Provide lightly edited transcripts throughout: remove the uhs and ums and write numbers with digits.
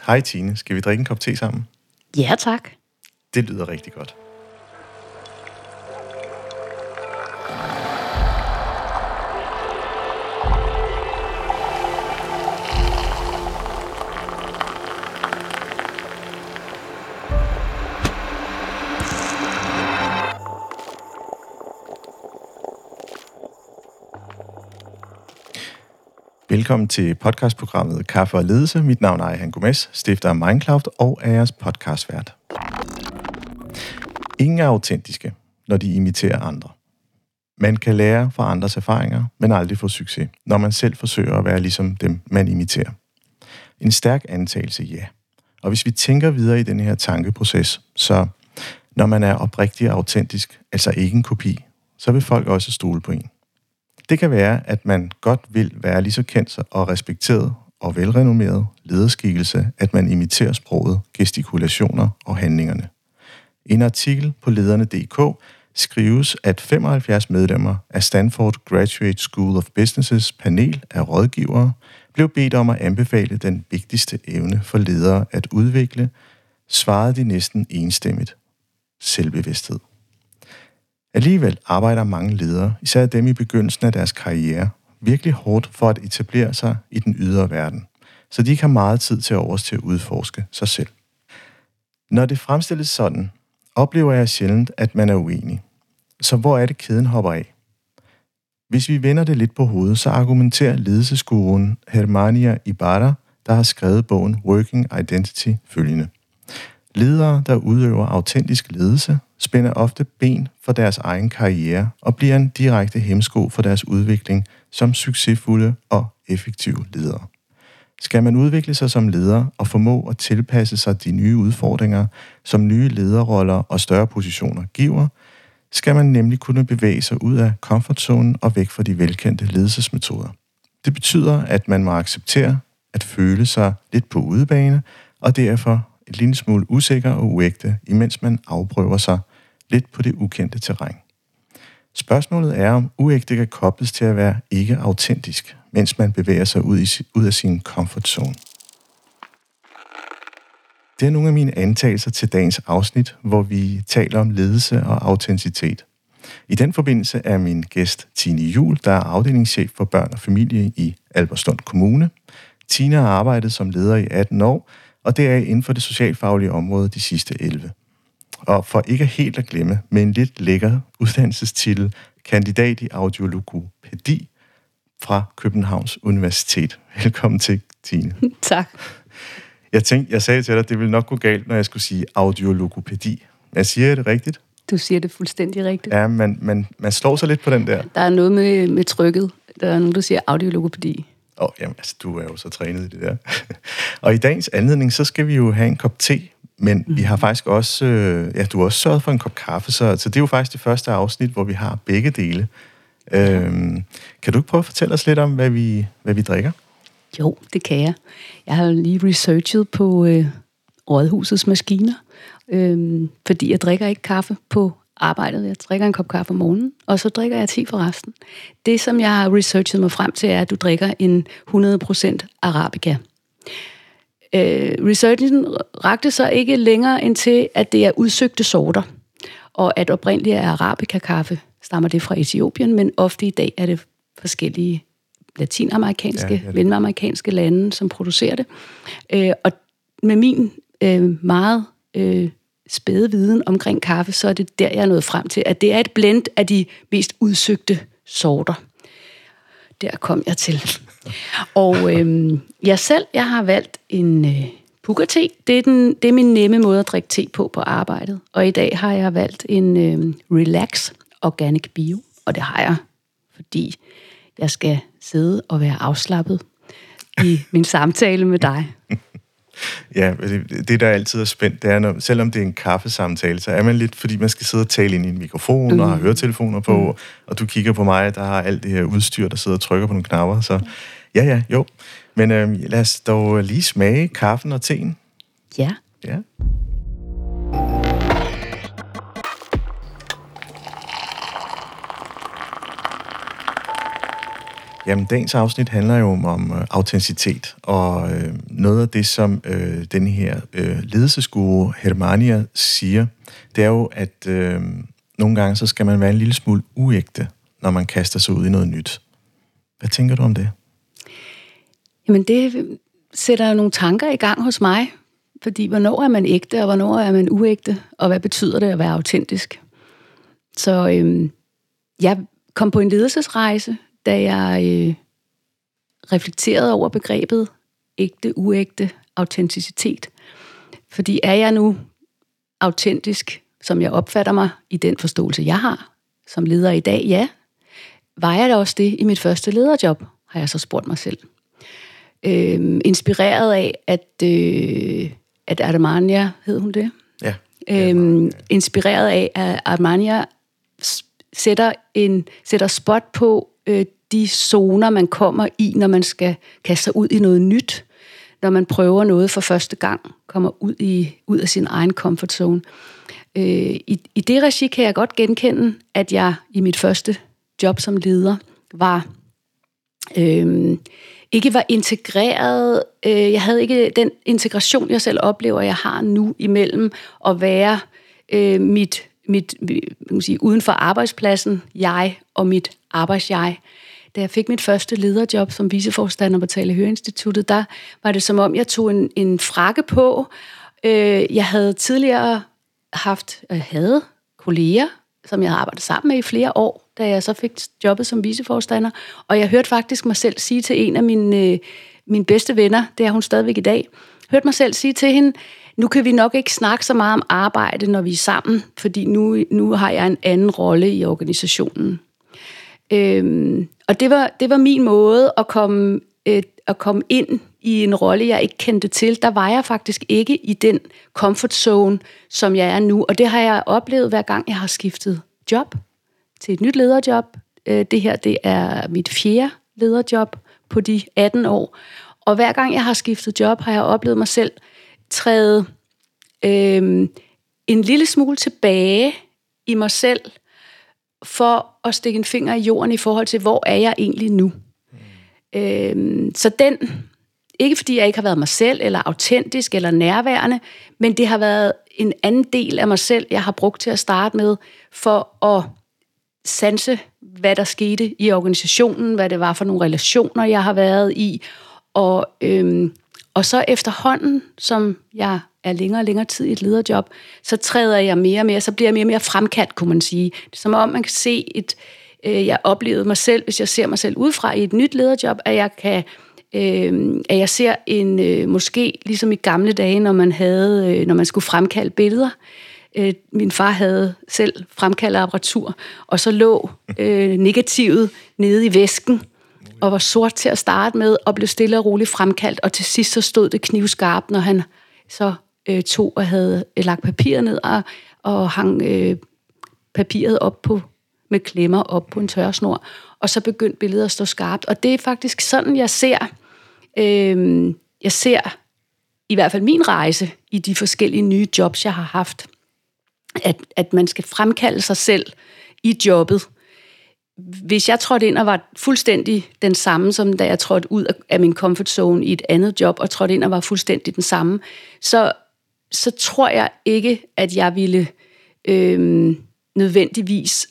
Hej Tine, skal vi drikke en kop te sammen? Ja, tak. Det lyder rigtig godt. Velkommen til podcastprogrammet Kaffe og Ledelse. Mit navn er Ejhan Gomez, stifter af Mindcloud og er jeres podcastvært. Ingen er autentiske, når de imiterer andre. Man kan lære fra andres erfaringer, men aldrig få succes, når man selv forsøger at være ligesom dem, man imiterer. En stærk antagelse, ja. Og hvis vi tænker videre i denne her tankeproces, så når man er oprigtig og autentisk, altså ikke en kopi, så vil folk også stole på en. Det kan være, at man godt vil være lige så kendt og respekteret og velrenommeret lederskikkelse, at man imiterer sproget, gestikulationer og handlingerne. I en artikel på lederne.dk skrives, at 75 medlemmer af Stanford Graduate School of Business' panel af rådgivere blev bedt om at anbefale den vigtigste evne for ledere at udvikle, svarede de næsten enstemmigt: selvbevidsthed. Alligevel arbejder mange ledere, især dem i begyndelsen af deres karriere, virkelig hårdt for at etablere sig i den ydre verden, så de ikke har meget tid til overs til at udforske sig selv. Når det fremstilles sådan, oplever jeg sjældent, at man er uenig. Så hvor er det kæden hopper af? Hvis vi vender det lidt på hovedet, så argumenterer ledelsesguruen Germania Ibarra, der har skrevet bogen Working Identity, følgende: ledere, der udøver autentisk ledelse, spænder ofte ben for deres egen karriere og bliver en direkte hæmsko for deres udvikling som succesfulde og effektive ledere. Skal man udvikle sig som leder og formå at tilpasse sig de nye udfordringer, som nye lederroller og større positioner giver, skal man nemlig kunne bevæge sig ud af komfortzonen og væk fra de velkendte ledelsesmetoder. Det betyder, at man må acceptere at føle sig lidt på udebane, og derfor et lille smule usikker og uægte, imens man afprøver sig lidt på det ukendte terræn. Spørgsmålet er, om uægte kan kobles til at være ikke autentisk, mens man bevæger sig ud af sin comfort zone. Det er nogle af mine antagelser til dagens afsnit, hvor vi taler om ledelse og autenticitet. I den forbindelse er min gæst Tine Juhl, der er afdelingschef for børn og familie i Albertslund Kommune. Tine har arbejdet som leder i 18 år, og det er inden for det socialfaglige område de sidste 11. Og for ikke helt at glemme, med en lidt lækker uddannelsestitel, kandidat i audiologopædi fra Københavns Universitet. Velkommen til, Tine. Tak. Jeg sagde til dig, at det ville nok gå galt, når jeg skulle sige audiologopædi. Jeg siger det rigtigt? Du siger det fuldstændig rigtigt. Ja, man slår sig lidt på den der. Der er noget med trykket. Der er nogen, der siger audiologopædi. Jamen, altså, du er jo så trænet i det der. Og i dagens anledning, så skal vi jo have en kop te, men vi har faktisk også, du har også sørget for en kop kaffe, så det er jo faktisk det første afsnit, hvor vi har begge dele. Kan du ikke prøve at fortælle os lidt om, hvad vi drikker? Jo, det kan jeg. Jeg har lige researchet på rådhusets maskiner, fordi jeg drikker ikke kaffe på arbejdet. Jeg drikker en kop kaffe om morgenen, og så drikker jeg te for resten. Det, som jeg har researchet mig frem til, er, at du drikker en 100% Arabica. Researchen rakte så ikke længere end til, at det er udsøgte sorter, og at oprindeligt er Arabica-kaffe, stammer det fra Etiopien, men ofte i dag er det forskellige latinamerikanske, mellemamerikanske lande, som producerer det. Og med min meget spæde viden omkring kaffe, så er det der, jeg er nået frem til, at det er et blend af de mest udsøgte sorter. Der kom jeg til. Og jeg har valgt en pukker-te. Det er min nemme måde at drikke te på arbejdet. Og i dag har jeg valgt en Relax Organic Bio. Og det har jeg, fordi jeg skal sidde og være afslappet i min samtale med dig. Ja, det der altid er spændt, det er, selvom det er en kaffesamtale, så er man lidt, fordi man skal sidde og tale ind i en mikrofon og har høretelefoner på, og du kigger på mig, der har alt det her udstyr, der sidder og trykker på nogle knapper, så jo. Men lad os dog lige smage kaffen og teen. Ja. Ja. Jamen, dagens afsnit handler jo om autenticitet, og noget af det, som den her ledelsesguru Hermania siger, det er jo, at nogle gange så skal man være en lille smule uægte, når man kaster sig ud i noget nyt. Hvad tænker du om det? Jamen, det sætter jo nogle tanker i gang hos mig, fordi hvornår er man ægte, og hvornår er man uægte, og hvad betyder det at være autentisk? Så jeg kom på en ledelsesrejse, da jeg reflekterede over begrebet ægte, uægte, autenticitet. Fordi er jeg nu autentisk, som jeg opfatter mig i den forståelse, jeg har som leder i dag? Ja. Var jeg da også det i mit første lederjob, har jeg så spurgt mig selv. Inspireret af, at Armania, hed hun det? Ja. Inspireret af, at Armania sætter spot på de zoner, man kommer i, når man skal kaste sig ud i noget nyt, når man prøver noget for første gang, kommer ud af sin egen comfort zone. I det regi kan jeg godt genkende, at jeg i mit første job som leder ikke var integreret. Jeg havde ikke den integration, jeg selv oplever, jeg har nu imellem at være mit uden for arbejdspladsen, jeg og mit arbejdsjeg. Da jeg fik mit første lederjob som viceforstander på Tale Høre Instituttet, der var det som om, jeg tog en frakke på. Jeg havde tidligere havde kolleger, som jeg havde arbejdet sammen med i flere år, da jeg så fik jobbet som viceforstander. Og jeg hørte faktisk mig selv sige til en af mine bedste venner, det er hun stadigvæk i dag, hørte mig selv sige til hende, nu kan vi nok ikke snakke så meget om arbejde, når vi er sammen, fordi nu har jeg en anden rolle i organisationen. Og det var min måde at komme ind i en rolle, jeg ikke kendte til. Der var jeg faktisk ikke i den comfort zone, som jeg er nu. Og det har jeg oplevet, hver gang jeg har skiftet job til et nyt lederjob. Det her, det er mit 4. lederjob på de 18 år. Og hver gang jeg har skiftet job, har jeg oplevet mig selv træde en lille smule tilbage i mig selv, for at stikke en finger i jorden i forhold til, hvor er jeg egentlig nu. Så ikke fordi jeg ikke har været mig selv, eller autentisk, eller nærværende, men det har været en anden del af mig selv, jeg har brugt til at starte med, for at sanse, hvad der skete i organisationen, hvad det var for nogle relationer, jeg har været i, og så efterhånden, som jeg er længere og længere tid i et lederjob, så træder jeg mere og mere, så bliver jeg mere og mere fremkaldt, kunne man sige. Det er som om, man kan se jeg oplevede mig selv, hvis jeg ser mig selv udefra i et nyt lederjob, at jeg ser måske ligesom i gamle dage, når man skulle fremkalde billeder. Min far havde selv fremkaldeapparatur, og så lå negativet nede i væsken, og var sort til at starte med, og blev stille og roligt fremkaldt, og til sidst så stod det knivskarpt, når han så tog og havde lagt papiret ned, og hang papiret op med klemmer op på en tørresnor, og så begyndte billedet at stå skarpt. Og det er faktisk sådan, jeg ser i hvert fald min rejse i de forskellige nye jobs, jeg har haft. At man skal fremkalde sig selv i jobbet. Hvis jeg trådte ind og var fuldstændig den samme, som da jeg trådte ud af min comfort zone i et andet job, og trådte ind og var fuldstændig den samme, så tror jeg ikke, at jeg ville nødvendigvis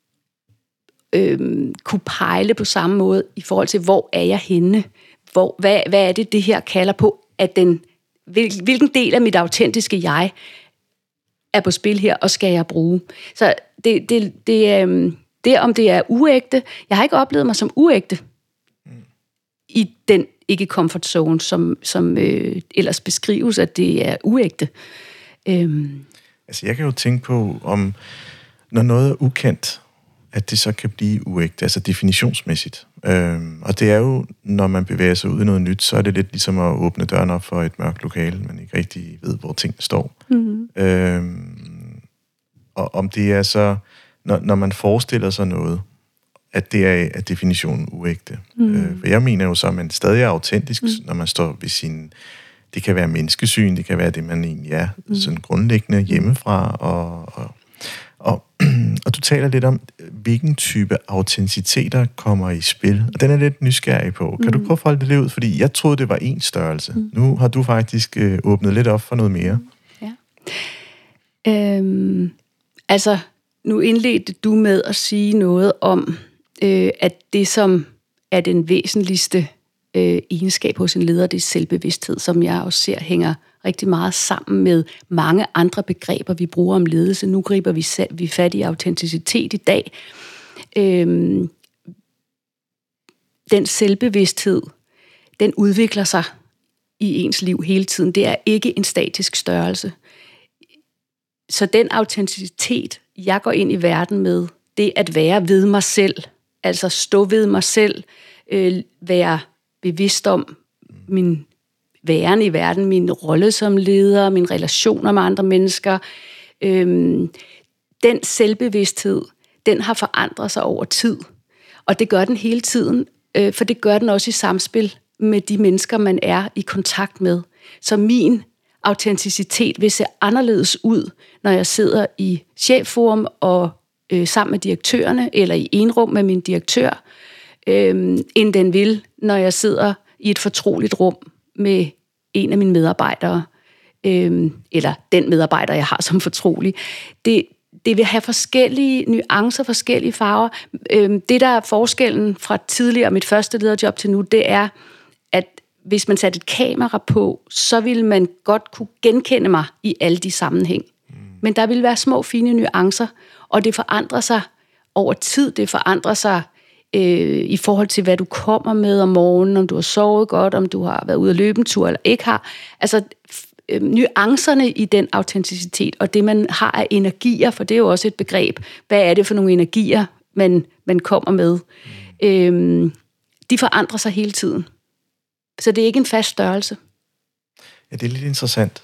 kunne pejle på samme måde i forhold til, hvor er jeg henne? Hvad er det her kalder på? Hvilken del af mit autentiske jeg er på spil her, og skal jeg bruge? Så det om det er uægte, jeg har ikke oplevet mig som uægte i den ikke-comfort zone, som ellers beskrives, at det er uægte. Altså, jeg kan jo tænke på, om når noget er ukendt, at det så kan blive uægte, altså definitionsmæssigt. Og det er jo, når man bevæger sig ud i noget nyt, så er det lidt ligesom at åbne døren op for et mørkt lokale, man ikke rigtig ved, hvor ting står. Mm-hmm. Og om det er så, når man forestiller sig noget, at det er definitionen uægte. For jeg mener jo så, at man stadig er autentisk, når man står ved sin... Det kan være menneskesyn, det kan være det, man egentlig er sådan grundlæggende hjemmefra, Og du taler lidt om, hvilken type autenticiteter kommer i spil. Og den er lidt nysgerrig på. Kan du prøve at folde det lidt ud? Fordi jeg troede, det var én størrelse. Nu har du faktisk åbnet lidt op for noget mere. Ja. Altså, nu indledte du med at sige noget om, at det, som er den væsentligste egenskab hos en leder, det er selvbevidsthed, som jeg også ser hænger rigtig meget sammen med mange andre begreber, vi bruger om ledelse. Nu griber vi fat i autenticitet i dag. Den selvbevidsthed, den udvikler sig i ens liv hele tiden. Det er ikke en statisk størrelse. Så den autenticitet, jeg går ind i verden med, det at være ved mig selv, altså stå ved mig selv, være bevidst om min væren i verden, min rolle som leder, mine relationer med andre mennesker. Den selvbevidsthed, den har forandret sig over tid. Og det gør den hele tiden, for det gør den også i samspil med de mennesker, man er i kontakt med. Så min autenticitet vil se anderledes ud, når jeg sidder i chefforum og sammen med direktørerne, eller i en rum med min direktør, end den vil, når jeg sidder i et fortroligt rum med en af mine medarbejdere, eller den medarbejder, jeg har som fortrolig. Det vil have forskellige nuancer, forskellige farver. Det, der er forskellen fra tidligere, mit første lederjob til nu, det er, at hvis man satte et kamera på, så ville man godt kunne genkende mig i alle de sammenhæng. Men der vil være små, fine nuancer, og det forandrer sig over tid. Det forandrer sig i forhold til, hvad du kommer med om morgenen, om du har sovet godt, om du har været ude at løbe en tur eller ikke har. Altså, nuancerne i den autenticitet, og det, man har af energier, for det er jo også et begreb. Hvad er det for nogle energier, man kommer med? De forandrer sig hele tiden. Så det er ikke en fast størrelse. Ja, det er lidt interessant.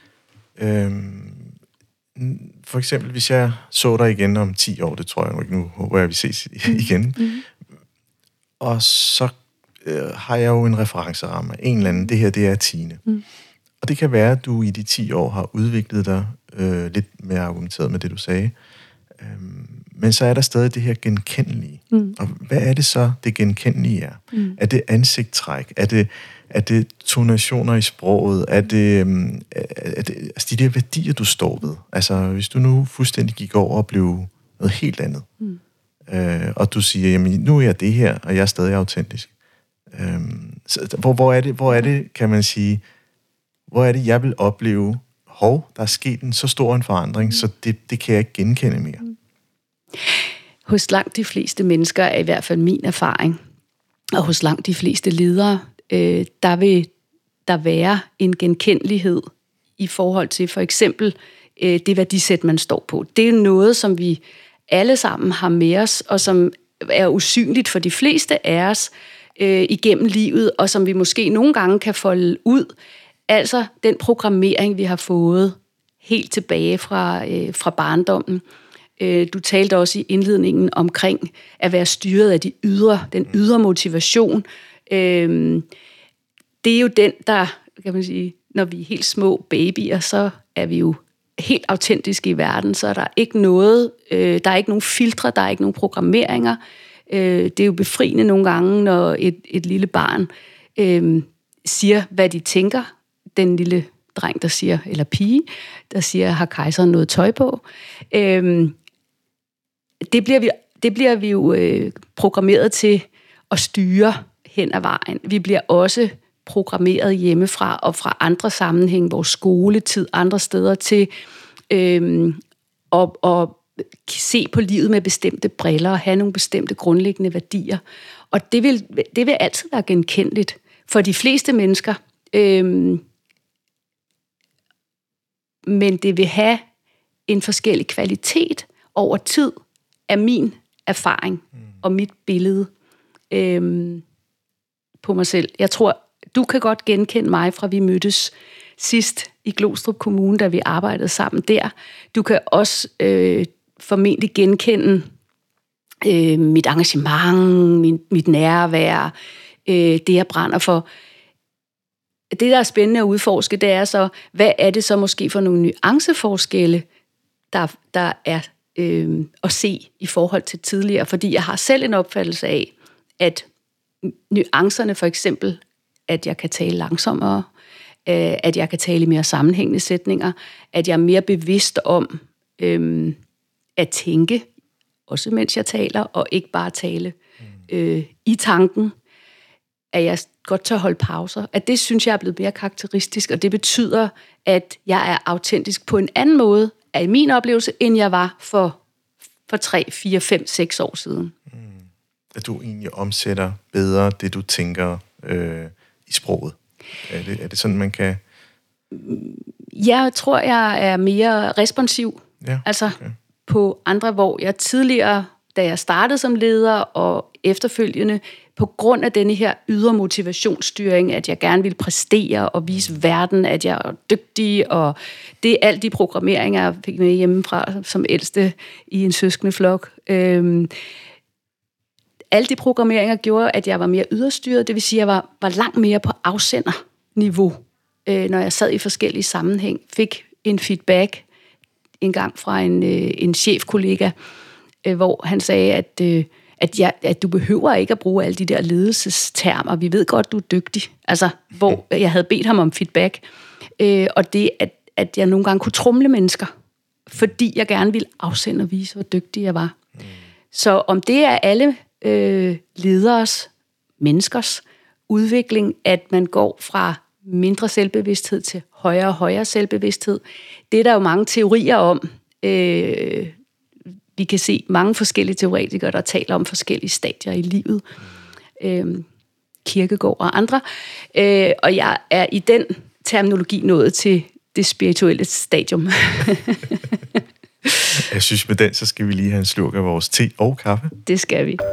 For eksempel, hvis jeg så dig igen om 10 år, det tror jeg ikke nu, håber jeg, vi ses igen. Og så har jeg jo en referenceramme. En eller anden, det her, det er Tine. Og det kan være, at du i de 10 år har udviklet dig lidt mere argumenteret med det, du sagde. Men så er der stadig det her genkendelige. Og hvad er det så, det genkendelige er? Er det ansigtstræk? Er det tonationer i sproget? Er det altså de der værdier, du står ved? Altså, hvis du nu fuldstændig gik over og blev noget helt andet, og du siger, jamen, nu er jeg det her, og jeg er stadig autentisk. Så hvor er det, kan man sige, hvor er det, jeg vil opleve, der er sket en så stor en forandring, så det kan jeg ikke genkende mere. Hos langt de fleste mennesker er i hvert fald min erfaring, og hos langt de fleste ledere, der vil der være en genkendelighed i forhold til for eksempel det værdisæt, man står på. Det er noget, som vi alle sammen har med os, og som er usynligt for de fleste af os igennem livet, og som vi måske nogle gange kan folde ud. Altså den programmering, vi har fået helt tilbage fra barndommen. Du talte også i indledningen omkring at være styret af den ydre motivation. Det er jo den, der, kan man sige, når vi er helt små babyer, så er vi jo helt autentiske i verden, så er der ikke noget, der er ikke nogen filtre, der er ikke nogen programmeringer. Det er jo befriende nogle gange, når et lille barn siger, hvad de tænker. Den lille dreng, der siger, eller pige, der siger, har kejseren noget tøj på? Det bliver vi jo programmeret til at styre hen ad vejen. Vi bliver også programmeret hjemmefra og fra andre sammenhæng, vores skoletid, andre steder til at se på livet med bestemte briller og have nogle bestemte grundlæggende værdier. Og det vil altid være genkendeligt for de fleste mennesker. Men det vil have en forskellig kvalitet over tid af min erfaring og mit billede på mig selv. Jeg tror, du kan godt genkende mig fra vi mødtes sidst i Glostrup Kommune, da vi arbejdede sammen der. Du kan også formentlig genkende mit engagement, mit nærvær, det jeg brænder for. Det, der er spændende at udforske, det er så, hvad er det så måske for nogle nuanceforskelle, der er at se i forhold til tidligere, fordi jeg har selv en opfattelse af, at nuancerne for eksempel, at jeg kan tale langsommere, at jeg kan tale i mere sammenhængende sætninger, at jeg er mere bevidst om at tænke, også mens jeg taler, og ikke bare tale i tanken, at jeg godt tør holde pauser, at det synes jeg er blevet mere karakteristisk, og det betyder, at jeg er autentisk på en anden måde, af min oplevelse, end jeg var for 3, 4, 5, 6 år siden. At du egentlig omsætter bedre det, du tænker i sproget. Er det sådan, man kan... Jeg tror, jeg er mere responsiv. Ja, altså på andre, hvor jeg tidligere, da jeg startede som leder, og efterfølgende, på grund af denne her ydre motivationsstyring, at jeg gerne ville præstere og vise verden, at jeg er dygtig, og det er alle de programmeringer, jeg fik med hjemmefra som ældste i en søskendeflok. Alle de programmeringer gjorde, at jeg var mere yderstyret, det vil sige, at jeg var langt mere på afsenderniveau, når jeg sad i forskellige sammenhæng, fik en feedback en gang fra en chefkollega, hvor han sagde, at du behøver ikke at bruge alle de der ledelsestermer. Vi ved godt, du er dygtig. Altså, hvor jeg havde bedt ham om feedback. Og det, at jeg nogle gange kunne tromle mennesker, fordi jeg gerne ville afsende og vise, hvor dygtig jeg var. Så om det er alle lederes, menneskers udvikling, at man går fra mindre selvbevidsthed til højere og højere selvbevidsthed, det er der jo mange teorier om. Vi kan se mange forskellige teoretikere, der taler om forskellige stadier i livet. Kierkegaard og andre. Og jeg er i den terminologi nået til det spirituelle stadium. Jeg synes, med den, så skal vi lige have en slurk af vores te og kaffe. Det skal vi.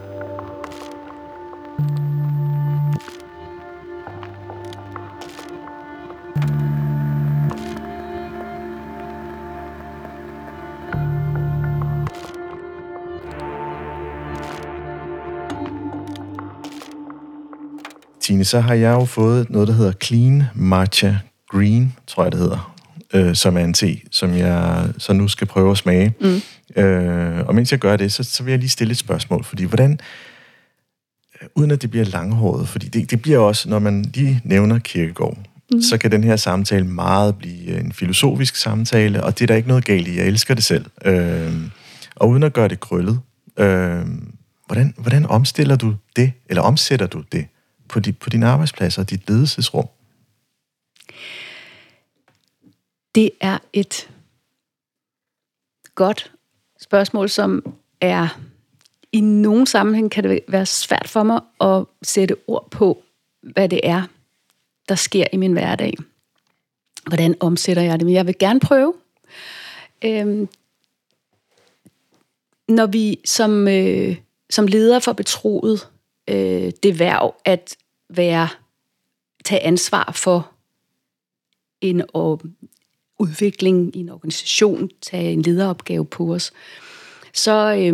Tine, så har jeg jo fået noget, der hedder Clean Matcha Green, tror jeg, det hedder, som er en te, som jeg så nu skal prøve at smage. Og mens jeg gør det, så vil jeg lige stille et spørgsmål, fordi hvordan, uden at det bliver langhåret, fordi det bliver også, når man lige nævner Kierkegaard, så kan den her samtale meget blive en filosofisk samtale, og det er der ikke noget galt i. Jeg elsker det selv. Og uden at gøre det krøllet, hvordan omstiller du det, eller omsætter du det på din arbejdsplads og dit ledelsesrum? Det er et godt spørgsmål, som er i nogen sammenhæng kan det være svært for mig at sætte ord på, hvad det er, der sker i min hverdag. Hvordan omsætter jeg det? Men jeg vil gerne prøve. Når vi som ledere får betroet det hverv at tage ansvar for en udvikling i en organisation, tage en lederopgave på os, så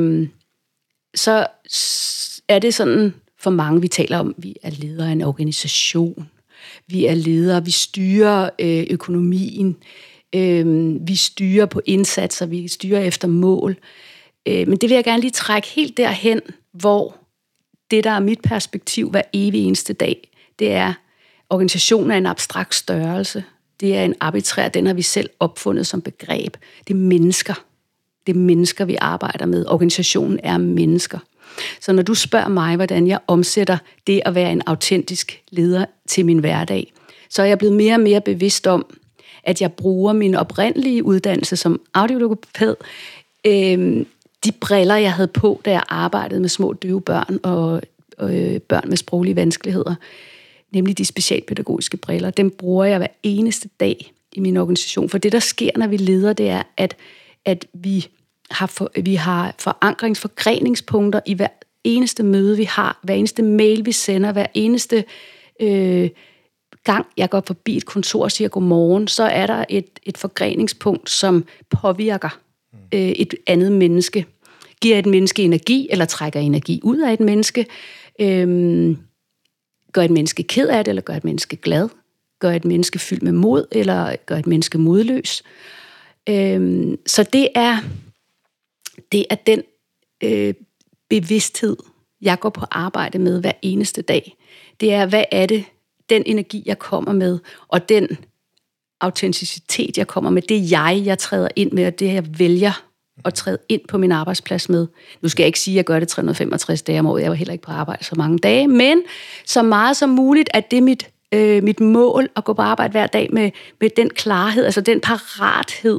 er det sådan for mange, vi taler om, vi er ledere af en organisation, vi er ledere, vi styrer økonomien, vi styrer på indsatser, vi styrer efter mål. Men det vil jeg gerne lige trække helt derhen, hvor det, der er mit perspektiv hver evig eneste dag, det er, organisationen er en abstrakt størrelse. Det er en arbitrær, den har vi selv opfundet som begreb. Det er mennesker. Det er mennesker, vi arbejder med. Organisationen er mennesker. Så når du spørger mig, hvordan jeg omsætter det at være en autentisk leder til min hverdag, så er jeg blevet mere og mere bevidst om, at jeg bruger min oprindelige uddannelse som audiologopæd, de briller, jeg havde på, da jeg arbejdede med små døve børn og børn med sproglige vanskeligheder, nemlig de specialpædagogiske briller, dem bruger jeg hver eneste dag i min organisation. For det, der sker, når vi leder, det er, at vi har forgreningspunkter i hver eneste møde, vi har, hver eneste mail, vi sender, hver eneste gang, jeg går forbi et kontor og siger godmorgen, så er der et forgreningspunkt, som påvirker et andet menneske. Giver et menneske energi, eller trækker energi ud af et menneske. Gør et menneske ked af det, eller gør et menneske glad. Gør et menneske fyldt med mod, eller gør et menneske modløs. Så det er det er den bevidsthed, jeg går på arbejde med hver eneste dag. Det er, hvad er det, den energi, jeg kommer med, og den autenticitet, jeg kommer med, det er jeg træder ind med, og det jeg vælger at træde ind på min arbejdsplads med. Nu skal jeg ikke sige, at jeg gør det 365 dage om året, jeg var heller ikke på arbejde så mange dage, men så meget som muligt, at det er mit mål at gå på arbejde hver dag med den klarhed, altså den parathed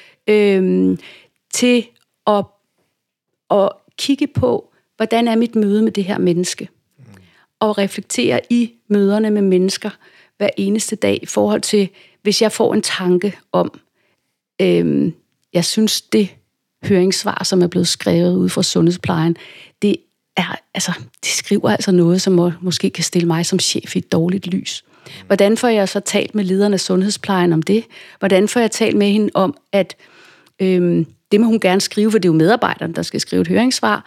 til at kigge på, hvordan er mit møde med det her menneske, og reflektere i møderne med mennesker hver eneste dag i forhold til, hvis jeg får en tanke om, jeg synes det høringssvar, som er blevet skrevet ud fra sundhedsplejen, det skriver altså noget, som måske kan stille mig som chef i et dårligt lys. Hvordan får jeg så talt med lederne af sundhedsplejen om det? Hvordan får jeg talt med hende om, at det må hun gerne skrive, for det er jo medarbejderen, der skal skrive et høringssvar,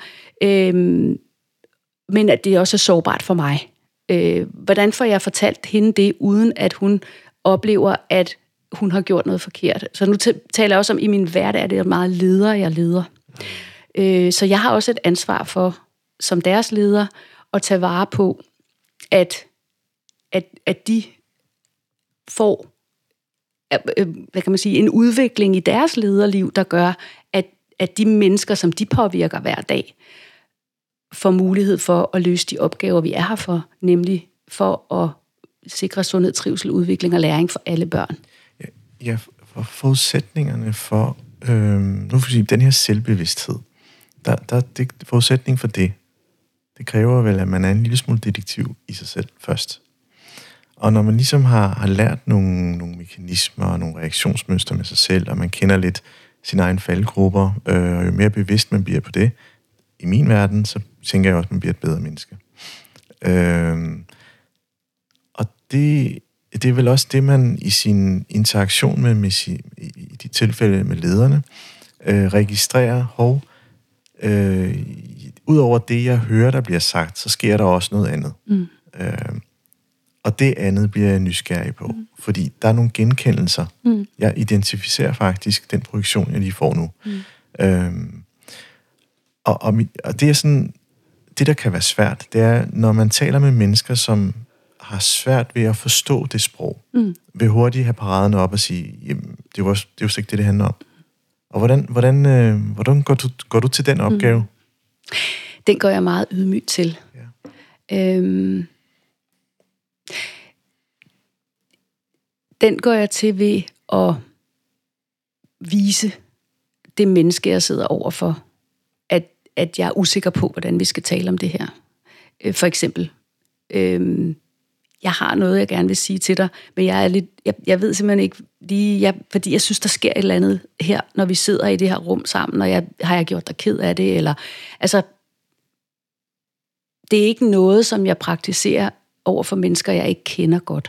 men at det også er sårbart for mig. Hvordan får jeg fortalt hende det, uden at hun oplever, at hun har gjort noget forkert? Så nu taler jeg også om, i min hverdag er det meget leder, jeg leder. Så jeg har også et ansvar for, som deres leder, at tage vare på, at de får hvad kan man sige, en udvikling i deres lederliv, der gør, at de mennesker, som de påvirker hver dag, får mulighed for at løse de opgaver, vi er her for, nemlig for at sikre sundhed, trivsel, udvikling og læring for alle børn. Ja, for forudsætningerne for nu for sige, den her selvbevidsthed, forudsætning for det kræver vel, at man er en lille smule detektiv i sig selv først. Og når man ligesom har lært nogle mekanismer og nogle reaktionsmønstre med sig selv, og man kender lidt sine egne faldgrupper, og jo mere bevidst man bliver på det, i min verden, så tænker jeg også, at man bliver et bedre menneske. Og det er vel også det, man i sin interaktion med i de tilfælde med lederne, registrerer, ud over det, jeg hører, der bliver sagt, så sker der også noget andet. Og det andet bliver jeg nysgerrig på, fordi der er nogle genkendelser. Jeg identificerer faktisk den projektion, jeg lige får nu. Og det er sådan, det der kan være svært, det er, når man taler med mennesker, som har svært ved at forstå det sprog, vil hurtigt have paraderne op og sige, jamen, det er jo ikke det handler om. Og hvordan går du til den opgave? Den går jeg meget ydmygt til. Ja. Den går jeg til ved at vise det menneske, jeg sidder overfor, at jeg er usikker på, hvordan vi skal tale om det her. For eksempel, jeg har noget, jeg gerne vil sige til dig, men jeg ved simpelthen ikke lige, fordi jeg synes, der sker et eller andet her, når vi sidder i det her rum sammen, og har jeg gjort dig ked af det, eller altså, det er ikke noget, som jeg praktiserer over for mennesker, jeg ikke kender godt.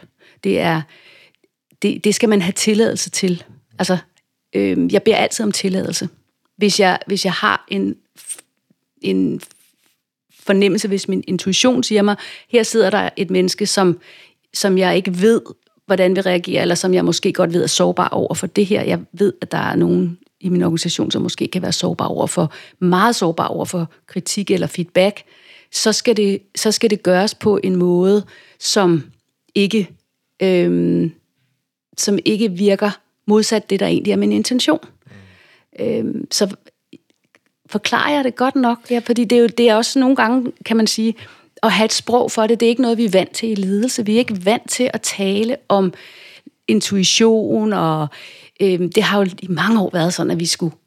Det skal man have tilladelse til. Altså, jeg beder altid om tilladelse. Hvis jeg har en fornemmelse, hvis min intuition siger mig, her sidder der et menneske, som jeg ikke ved, hvordan vi reagerer, eller som jeg måske godt ved er sårbar over for det her. Jeg ved, at der er nogen i min organisation, som måske kan være meget sårbar over for kritik eller feedback, så skal det gøres på en måde, som ikke virker modsat det, der egentlig er min intention. Så forklarer jeg det godt nok? Ja, fordi det er også nogle gange, kan man sige, at have et sprog for det. Det er ikke noget, vi er vant til i ledelse. Vi er ikke vant til at tale om intuition, og det har jo i mange år været sådan, at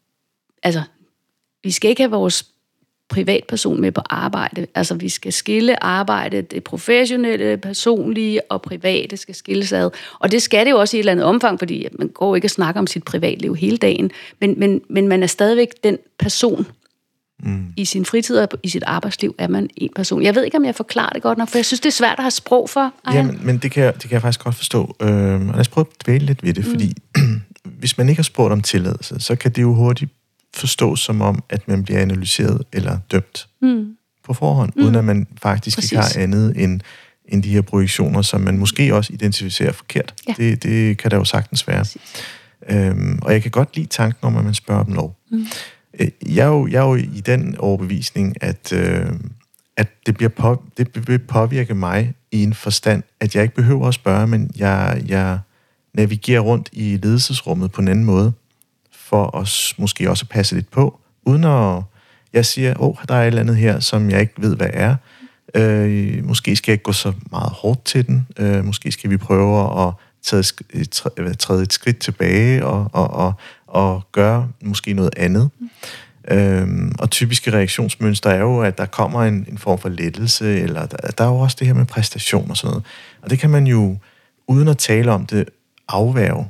vi skal ikke have vores privatperson med på arbejde. Altså, vi skal skille arbejde, det professionelle, personlige og private skal skilles ad. Og det skal det jo også i et eller andet omfang, fordi man går ikke og snakker om sit privatliv hele dagen, men man er stadigvæk den person. I sin fritid og i sit arbejdsliv er man en person. Jeg ved ikke, om jeg forklarer det godt nok, for jeg synes, det er svært at have sprog for. Ja, men det kan jeg faktisk godt forstå. Og lad os prøve at dvæle lidt ved det, fordi hvis man ikke har spurgt om tilladelse, så kan det jo hurtigt forstås som om, at man bliver analyseret eller dømt på forhånd, uden at man faktisk ikke har andet end de her projektioner, som man måske også identificerer forkert. Ja. Det kan der jo sagtens være. Og jeg kan godt lide tanken om, at man spørger om lov. Jeg er jo i den overbevisning, at det vil påvirke mig i en forstand, at jeg ikke behøver at spørge, men jeg navigerer rundt i ledelsesrummet på en anden måde, for os måske også at passe lidt på, uden at jeg siger, der er et eller andet her, som jeg ikke ved, hvad er. Måske skal jeg ikke gå så meget hårdt til den. Måske skal vi prøve at træde et skridt tilbage og gøre måske noget andet. Og typiske reaktionsmønster er jo, at der kommer en form for lettelse, eller der er jo også det her med præstation og sådan noget. Og det kan man jo, uden at tale om det, afværge.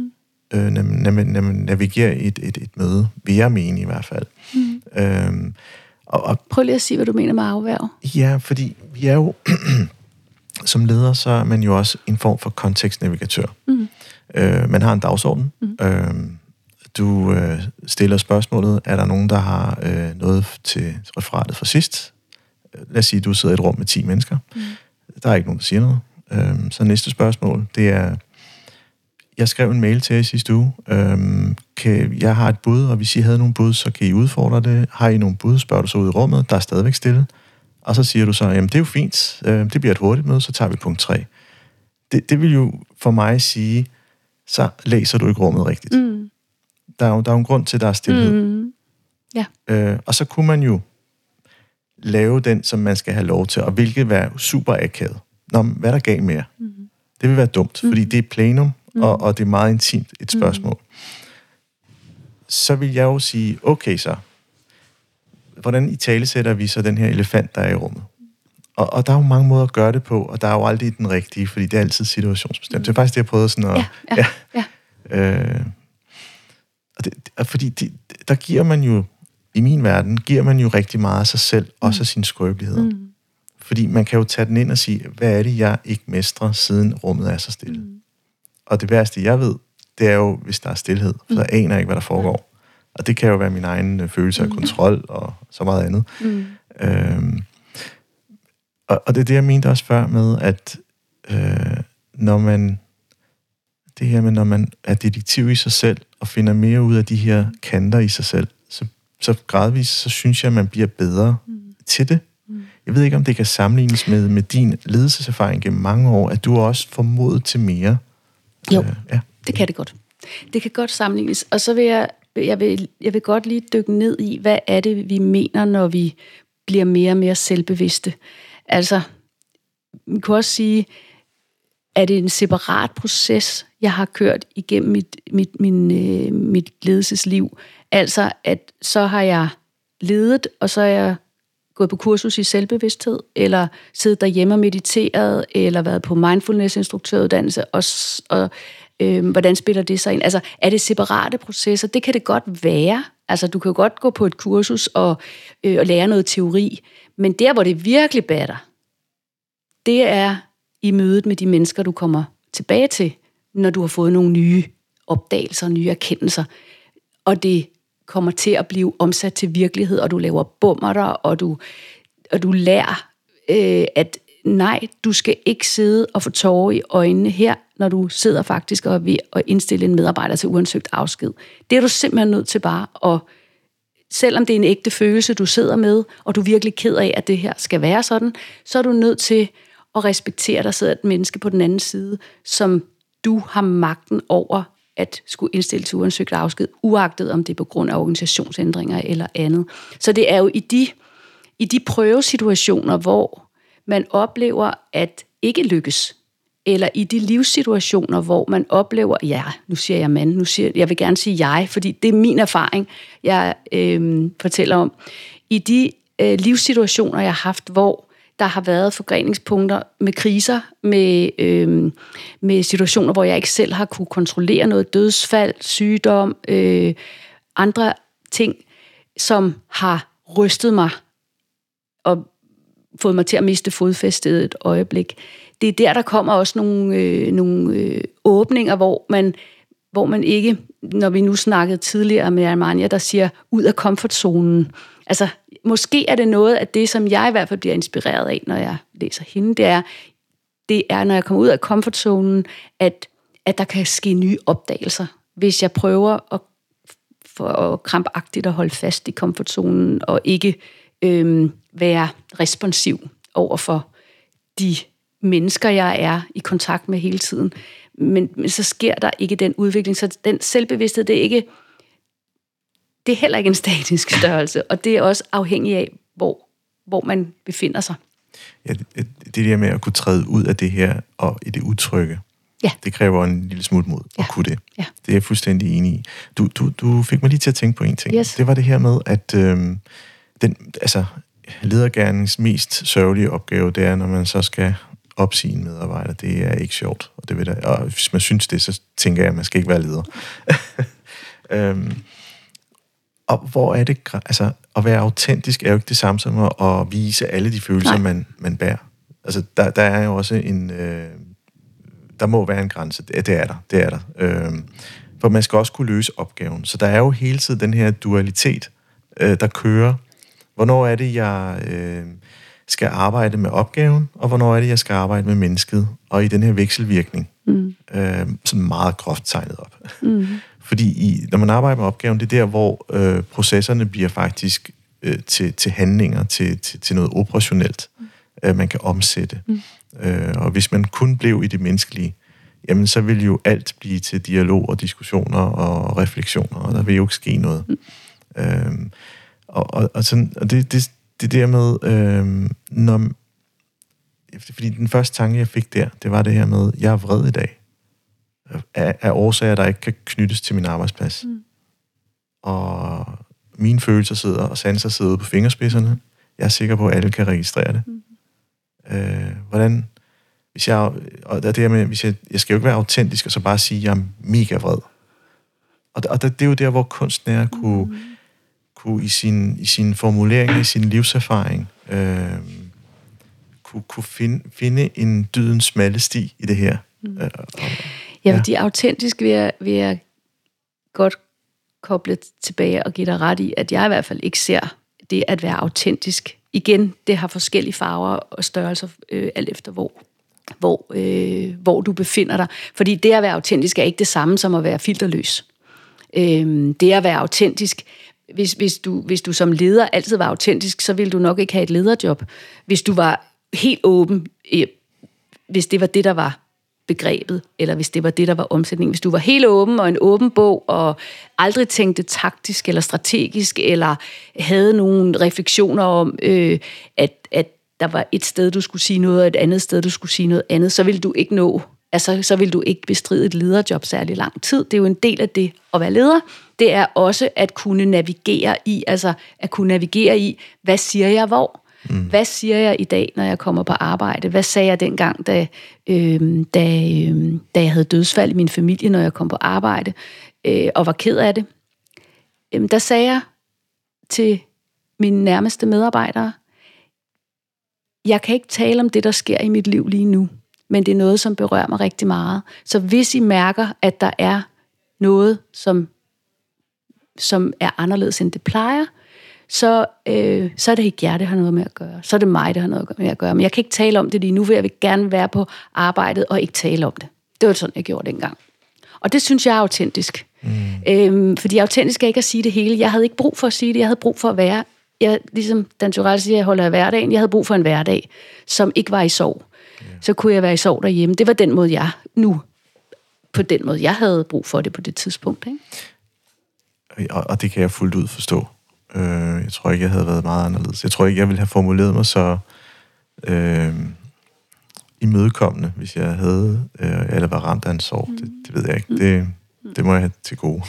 Navigere et møde, vil jeg mene i hvert fald. Prøv lige at sige, hvad du mener med afværge. Ja, fordi vi er jo, som leder, så er man jo også en form for kontekstnavigatør. Man har en dagsorden. Du stiller spørgsmålet, er der nogen, der har noget til referatet fra sidst? Lad os sige, at du sidder i et rum med 10 mennesker. Der er ikke nogen, der siger noget. Så næste spørgsmål, det er, jeg skrev en mail til jer i sidste uge. Jeg har et bud, og hvis I havde nogle bud, så kan I udfordre det. Har I nogle bud, spørger du så ud i rummet, der er stadigvæk stille. Og så siger du så, jamen det er jo fint, det bliver et hurtigt møde, så tager vi punkt 3. Det vil jo for mig sige, så læser du ikke rummet rigtigt. Der er jo en grund til, at der er stillhed. Ja. Og så kunne man jo lave den, som man skal have lov til, og hvilket være super akavet. Nå, hvad er der galt med jer? Det vil være dumt, fordi det er plenum, og det er meget intimt et spørgsmål. Så vil jeg jo sige, okay så, hvordan italesætter vi så den her elefant, der er i rummet? Og der er jo mange måder at gøre det på, og der er jo aldrig den rigtige, fordi det er altid situationsbestemt. Det er faktisk det, jeg prøvede sådan at... Fordi der giver man jo, i min verden, giver man jo rigtig meget af sig selv, også af sine skrøbeligheder. Fordi man kan jo tage den ind og sige, hvad er det, jeg ikke mestrer, siden rummet er så stille? Og det værste, jeg ved, det er jo, hvis der er stillhed, for så aner jeg ikke, hvad der foregår. Og det kan jo være min egen følelse af kontrol og så meget andet. Og det er det, jeg mente også før med, at når man er detektiv i sig selv, og finder mere ud af de her kanter i sig selv, så gradvist, så synes jeg, at man bliver bedre til det. Jeg ved ikke, om det kan sammenlignes med din ledelseserfaring gennem mange år, at du også får mod til mere. Jo, det kan det godt. Det kan godt sammenlignes. Og så vil jeg vil godt lige dykke ned i, hvad er det, vi mener, når vi bliver mere og mere selvbevidste. Altså, vi kan også sige, er det en separat proces, jeg har kørt igennem mit ledelsesliv? Altså, at så har jeg ledet, og så er jeg gået på kursus i selvbevidsthed, eller siddet derhjemme og mediteret, eller været på mindfulness-instruktøruddannelse, og hvordan spiller det sig ind? Altså, er det separate processer? Det kan det godt være. Altså, du kan jo godt gå på et kursus og lære noget teori, men der, hvor det virkelig batter, det er i mødet med de mennesker, du kommer tilbage til, når du har fået nogle nye opdagelser, nye erkendelser, og det kommer til at blive omsat til virkelighed, og du laver bummerter, og du lærer, at nej, du skal ikke sidde og få tårer i øjnene her, når du sidder faktisk og er ved at indstille en medarbejder til uansøgt afsked. Det er du simpelthen nødt til bare, og selvom det er en ægte følelse, du sidder med, og du er virkelig ked af, at det her skal være sådan, så er du nødt til at respektere, at der sidder et menneske på den anden side, som du har magten over at skulle indstille til uansøgt afsked, uagtet om det er på grund af organisationsændringer eller andet. Så det er jo i de prøvesituationer, hvor man oplever at ikke lykkes, eller i de livssituationer, hvor man oplever, nu siger jeg jeg vil gerne sige jeg, fordi det er min erfaring, jeg fortæller om. I de livssituationer, jeg har haft, hvor der har været forgreningspunkter med kriser, med situationer, hvor jeg ikke selv har kunne kontrollere noget, dødsfald, sygdom, andre ting, som har rystet mig og fået mig til at miste fodfæstet et øjeblik. Det er der kommer også nogle åbninger, hvor man ikke, når vi nu snakkede tidligere med Armania, der siger, ud af komfortzonen. Altså, måske er det noget af det, som jeg i hvert fald bliver inspireret af, når jeg læser hende, det er, når jeg kommer ud af komfortzonen, at der kan ske nye opdagelser, hvis jeg prøver at for krampagtigt at holde fast i komfortzonen, og ikke være responsiv over for de mennesker, jeg er i kontakt med hele tiden. Men så sker der ikke den udvikling. Så den selvbevidsthed, det er heller ikke en statisk størrelse, og det er også afhængig af, hvor man befinder sig. Ja, det der med at kunne træde ud af det her, og i det utrygge, det kræver en lille smule mod at kunne det. Ja. Det er jeg fuldstændig enig i. Du fik mig lige til at tænke på en ting. Yes. Det var det her med, at ledergerningens mest sørgelige opgave, det er, når man så skal opsige en medarbejder. Det er ikke sjovt. Og hvis man synes det, så tænker jeg, at man skal ikke være leder. Og hvor er det... Altså, at være autentisk er jo ikke det samme som at vise alle de følelser, man bærer. Altså, der er jo også en... der må være en grænse. Det er der. For man skal også kunne løse opgaven. Så der er jo hele tiden den her dualitet, der kører. Hvornår er det, jeg skal arbejde med opgaven, og hvornår er det, jeg skal arbejde med mennesket, og i den her vekselvirkning, sådan meget groft tegnet op. Fordi når man arbejder med opgaven, det er der, hvor processerne bliver faktisk til handlinger, til noget operationelt, man kan omsætte. Og hvis man kun blev i det menneskelige, jamen så vil jo alt blive til dialog og diskussioner og refleksioner, og der vil jo ikke ske noget. Og det der med, fordi den første tanke, jeg fik der, det var det her med, jeg er vred i dag, af årsager, der ikke kan knyttes til min arbejdsplads. Og mine følelser sidder, og sanser sidder ude på fingerspidserne. Jeg er sikker på, at alle kan registrere det. Hvordan... Hvis jeg skal jo ikke være autentisk, og så bare sige, at jeg er mega vred. Og det er jo der, hvor kunsten er at kunne i sin formulering, i sin livserfaring, kunne finde en dydens smalle sti i det her. Fordi autentisk vil jeg godt koble tilbage og give dig ret i, at jeg i hvert fald ikke ser det at være autentisk. Igen, det har forskellige farver og størrelser, alt efter hvor du befinder dig. Fordi det at være autentisk er ikke det samme som at være filterløs. Det at være autentisk, hvis du som leder altid var autentisk, så ville du nok ikke have et lederjob. Hvis du var helt åben, hvis det var det, der var begrebet, eller hvis det var det, der var omsætningen. Hvis du var helt åben og en åben bog, og aldrig tænkte taktisk eller strategisk, eller havde nogle refleksioner om, at der var et sted, du skulle sige noget, og et andet sted, du skulle sige noget andet, så ville du ikke så vil du ikke bestride et lederjob særlig lang tid. Det er jo en del af det at være leder. Det er også at kunne navigere i, hvad siger jeg hvor? Hvad siger jeg i dag, når jeg kommer på arbejde? Hvad sagde jeg dengang, da jeg havde dødsfald i min familie, når jeg kom på arbejde, og var ked af det? Der sagde jeg til mine nærmeste medarbejdere, jeg kan ikke tale om det, der sker i mit liv lige nu, men det er noget, som berører mig rigtig meget. Så hvis I mærker, at der er noget, som er anderledes, end det plejer, så er det ikke jer, det har noget med at gøre. Så er det mig, det har noget med at gøre. Men jeg kan ikke tale om det lige nu, for jeg vil gerne være på arbejdet og ikke tale om det. Det var sådan, jeg gjorde dengang. Og det synes jeg er autentisk. Fordi autentisk er ikke at sige det hele. Jeg havde ikke brug for at sige det, jeg havde brug for at være. Ligesom Dan Turèll siger, jeg holder af hverdagen. Jeg havde brug for en hverdag, som ikke var i sorg. Så kunne jeg være i sorg derhjemme. Det var den måde, jeg havde brug for det på det tidspunkt. Ikke? Og det kan jeg fuldt ud forstå. Jeg tror ikke, jeg havde været meget anderledes. Jeg tror ikke, jeg ville have formuleret mig så imødekommende, hvis jeg havde, eller var ramt af en sorg. Det ved jeg ikke. Det må jeg have til gode.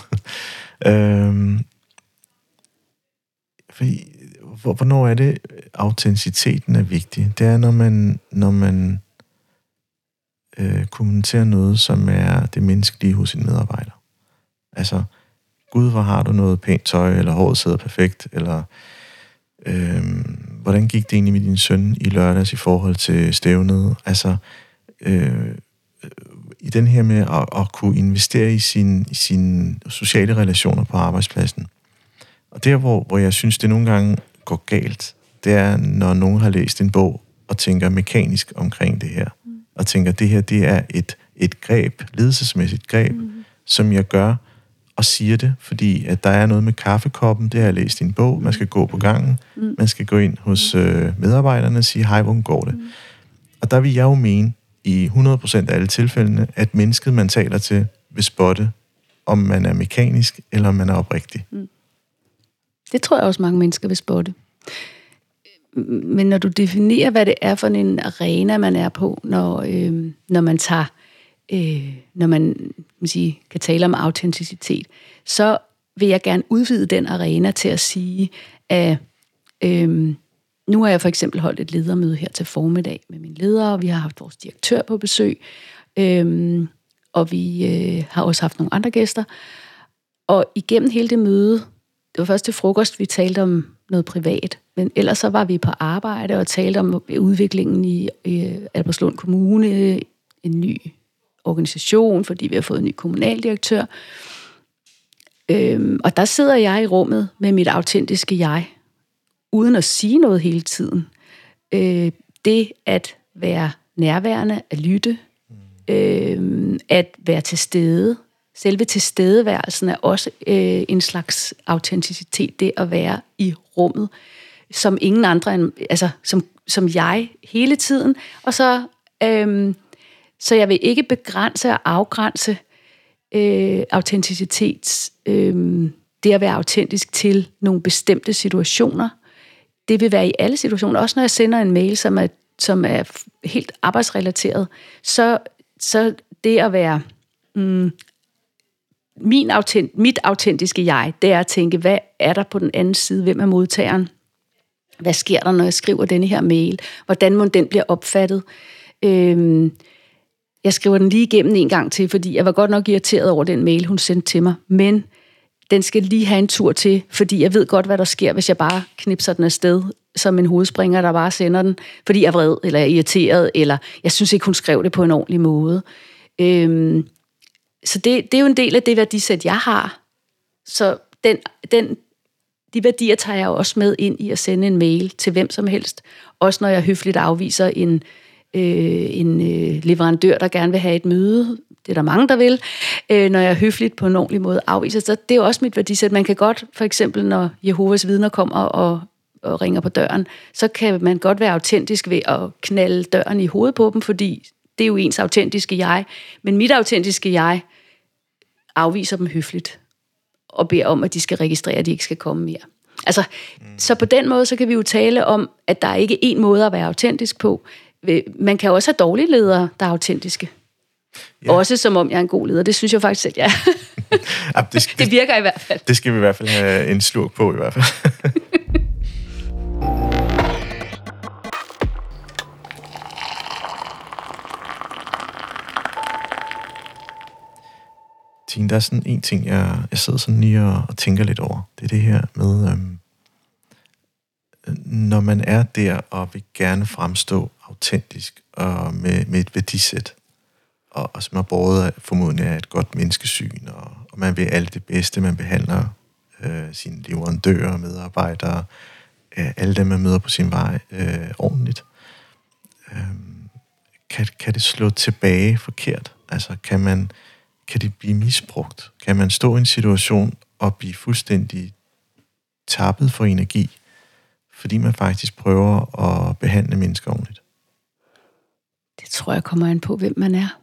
Fordi, hvornår er det, autenticiteten er vigtig? Det er, når man kommenterer noget, som er det menneskelige hos en medarbejder. Altså, Gud, hvor har du noget pænt tøj, eller håret sidder perfekt, eller hvordan gik det egentlig med din søn i lørdags i forhold til stævnet? Altså, i den her med at kunne investere i sine sociale relationer på arbejdspladsen. Og der, hvor jeg synes, det nogle gange går galt, det er, når nogen har læst en bog og tænker mekanisk omkring det her, og tænker, det her, det er et greb, ledelsesmæssigt greb, som jeg gør, og siger det, fordi at der er noget med kaffekoppen, det har jeg læst i en bog, man skal gå på gangen, man skal gå ind hos medarbejderne og sige, hej, hvordan går det? Og der vil jeg jo mene, i 100% af alle tilfældene, at mennesket, man taler til, vil spotte, om man er mekanisk, eller om man er oprigtig. Det tror jeg også, mange mennesker vil spotte. Men når du definerer, hvad det er for en arena, man er på, når man tager, når man kan tale om autenticitet, så vil jeg gerne udvide den arena til at sige, at nu har jeg for eksempel holdt et ledermøde her til formiddag med mine ledere, og vi har haft vores direktør på besøg, og vi har også haft nogle andre gæster. Og igennem hele det møde, det var først til frokost, vi talte om noget privat, men ellers så var vi på arbejde og talte om udviklingen i Albertslund Kommune, en ny organisation, fordi vi har fået en ny kommunaldirektør. Og der sidder jeg i rummet med mit autentiske jeg, uden at sige noget hele tiden. Det at være nærværende, at lytte, at være til stede. Selve tilstedeværelsen er også en slags autenticitet, det at være i rummet, som ingen andre, altså som jeg hele tiden. Og så jeg vil ikke begrænse og afgrænse autenticitet, det at være autentisk til nogle bestemte situationer. Det vil være i alle situationer. Også når jeg sender en mail, som er helt arbejdsrelateret, så det at være mit autentiske jeg, det er at tænke, hvad er der på den anden side? Hvem er modtageren? Hvad sker der, når jeg skriver denne her mail? Hvordan må den bliver opfattet? Jeg skriver den lige igennem en gang til, fordi jeg var godt nok irriteret over den mail, hun sendte til mig. Men den skal lige have en tur til, fordi jeg ved godt, hvad der sker, hvis jeg bare knipser den afsted som en hovedspringer, der bare sender den, fordi jeg er vred, eller jeg er irriteret, eller jeg synes ikke, hun skrev det på en ordentlig måde. Så det er jo en del af det værdisæt, jeg har. Så de værdier tager jeg også med ind i at sende en mail til hvem som helst. Også når jeg høfligt afviser en leverandør, der gerne vil have et møde. Det er der mange, der vil. Når jeg høfligt på en ordentlig måde afviser. Så det er jo også mit værdisæt. Man kan godt, for eksempel når Jehovas vidner kommer og ringer på døren, så kan man godt være autentisk ved at knalde døren i hovedet på dem, fordi det er jo ens autentiske jeg. Men mit autentiske jeg afviser dem høfligt og beder om, at de skal registrere, at de ikke skal komme mere. Altså, så på den måde, så kan vi jo tale om, at der ikke er én måde at være autentisk på. Man kan også have dårlige ledere, der er autentiske. Ja. Også som om jeg er en god leder. Det synes jeg faktisk, at jeg er. Det virker i hvert fald. Det skal vi i hvert fald have en slurk på, i hvert fald. Tine, der er sådan en ting, jeg sidder sådan lige og tænker lidt over. Det er det her med, når man er der og vil gerne fremstå autentisk og med et værdisæt, og som er båret formodentlig af et godt menneskesyn, og man vil alt det bedste, man behandler sine leverandører, medarbejdere, alle dem, man møder på sin vej ordentligt. Kan det slå tilbage forkert? Altså, kan det blive misbrugt? Kan man stå i en situation og blive fuldstændig tappet for energi, fordi man faktisk prøver at behandle mennesker ordentligt? Det tror jeg kommer an på, hvem man er.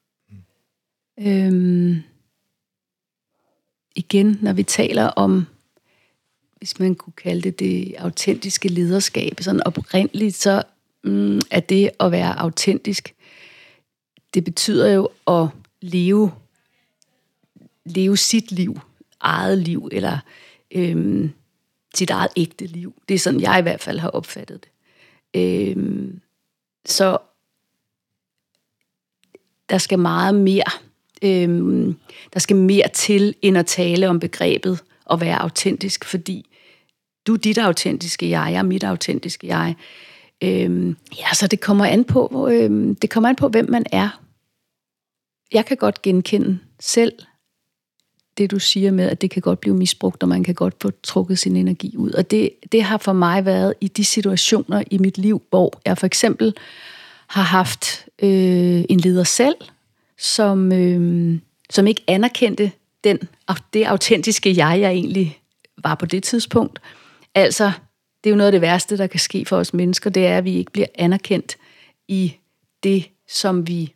Igen, når vi taler om, hvis man kunne kalde det autentiske lederskab, sådan oprindeligt, så er det at være autentisk, det betyder jo at leve sit liv, eget liv, eller sit eget ægte liv. Det er sådan, jeg i hvert fald har opfattet det. Så der skal meget mere, der skal mere til, end at tale om begrebet at være autentisk, fordi du er dit autentiske jeg er mit autentiske jeg. Så det kommer an på, hvem man er. Jeg kan godt genkende selv det, du siger med, at det kan godt blive misbrugt, og man kan godt få trukket sin energi ud. Og det har for mig været i de situationer i mit liv, hvor jeg for eksempel har haft en leder selv, som ikke anerkendte det autentiske jeg egentlig var på det tidspunkt. Altså, det er jo noget af det værste, der kan ske for os mennesker, det er, at vi ikke bliver anerkendt i det, som vi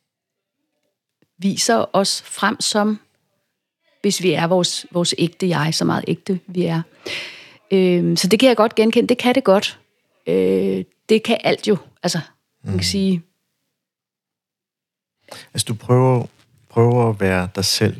viser os frem som, hvis vi er vores ægte jeg, så meget ægte vi er. Så det kan jeg godt genkende. Det kan det godt. Det kan alt jo. Altså, man kan sige... Altså, du prøver at være dig selv,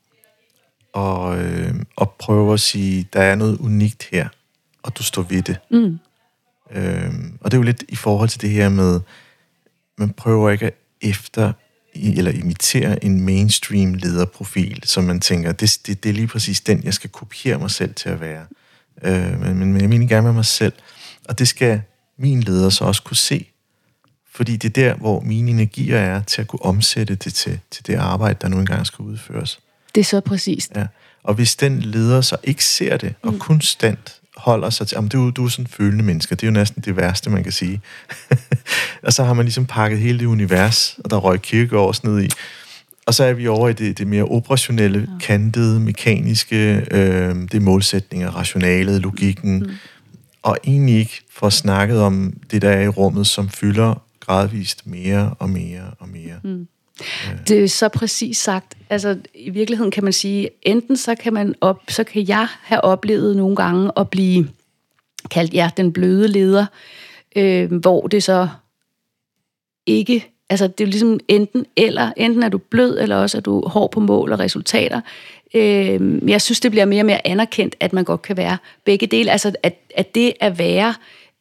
og prøver at sige, der er noget unikt her, og du står ved det. Og det er jo lidt i forhold til det her med, man prøver ikke at eller imitere en mainstream lederprofil, som man tænker, det er lige præcis den, jeg skal kopiere mig selv til at være. Men jeg mener gerne med mig selv, og det skal min leder så også kunne se, fordi det er der, hvor mine energier er til at kunne omsætte det til det arbejde, der nu engang skal udføres. Det er så præcist. Ja. Og hvis den leder så ikke ser det, og konstant holder sig til, du er sådan følende menneske, det er jo næsten det værste, man kan sige. Og så har man ligesom pakket hele det univers, og der røg Kierkegaard ned i. Og så er vi over i det mere operationelle, kantede, mekaniske, det målsætninger, rationalet, logikken, og egentlig ikke får snakket om det, der er i rummet, som fylder gradvist mere og mere og mere. Det er så præcis sagt. Altså, i virkeligheden kan man sige, enten så kan jeg have oplevet nogle gange at blive kaldt den bløde leder, hvor det så ikke, altså det er ligesom enten er du blød, eller også er du hård på mål og resultater. Jeg synes, det bliver mere og mere anerkendt, at man godt kan være begge dele. Altså, at det at være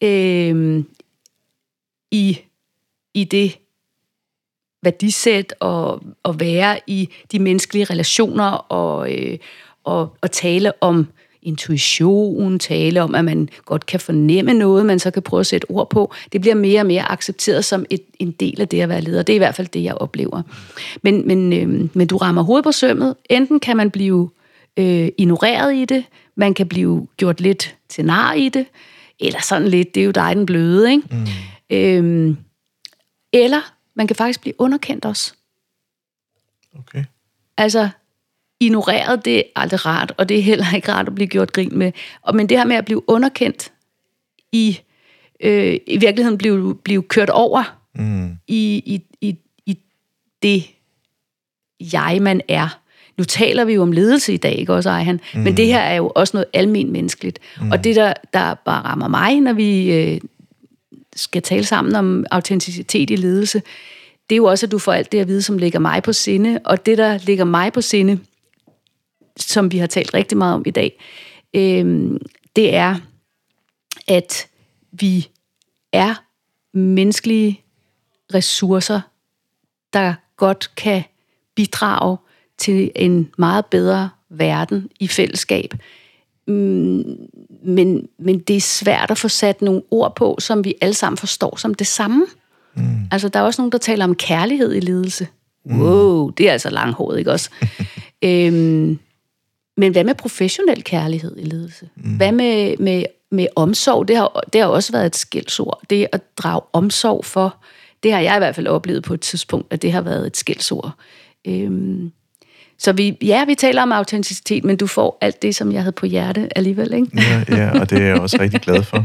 i det værdisæt og være i de menneskelige relationer og tale om intuition, tale om, at man godt kan fornemme noget, man så kan prøve at sætte ord på. Det bliver mere og mere accepteret som en del af det at være leder. Det er i hvert fald det, jeg oplever. Men du rammer hovedet på sømmet. Enten kan man blive ignoreret i det, man kan blive gjort lidt til nar i det, eller sådan lidt, det er jo dig den bløde, ikke? Eller man kan faktisk blive underkendt også. Okay. Altså, ignoreret, det er aldrig rart, og det er heller ikke rart at blive gjort grin med. Men det her med at blive underkendt, i virkeligheden blive kørt over i det man er. Nu taler vi jo om ledelse i dag, ikke også, Ejhan? Men det her er jo også noget almen menneskeligt. Og det, der bare rammer mig, når vi skal tale sammen om autenticitet i ledelse, det er jo også, at du får alt det at vide, som ligger mig på sinde. Og det, der ligger mig på sinde, som vi har talt rigtig meget om i dag, det er, at vi er menneskelige ressourcer, der godt kan bidrage til en meget bedre verden i fællesskab. Men det er svært at få sat nogle ord på, som vi alle sammen forstår som det samme. Altså, der er også nogen, der taler om kærlighed i ledelse. Wow, det er altså langhåret, ikke også? Men hvad med professionel kærlighed i ledelse? Hvad med omsorg? Det har også været et skældsord. Det at drage omsorg for, det har jeg i hvert fald oplevet på et tidspunkt, at det har været et skældsord. Så vi taler om autenticitet, men du får alt det, som jeg havde på hjerte alligevel, ikke? Ja, og det er jeg også rigtig glad for.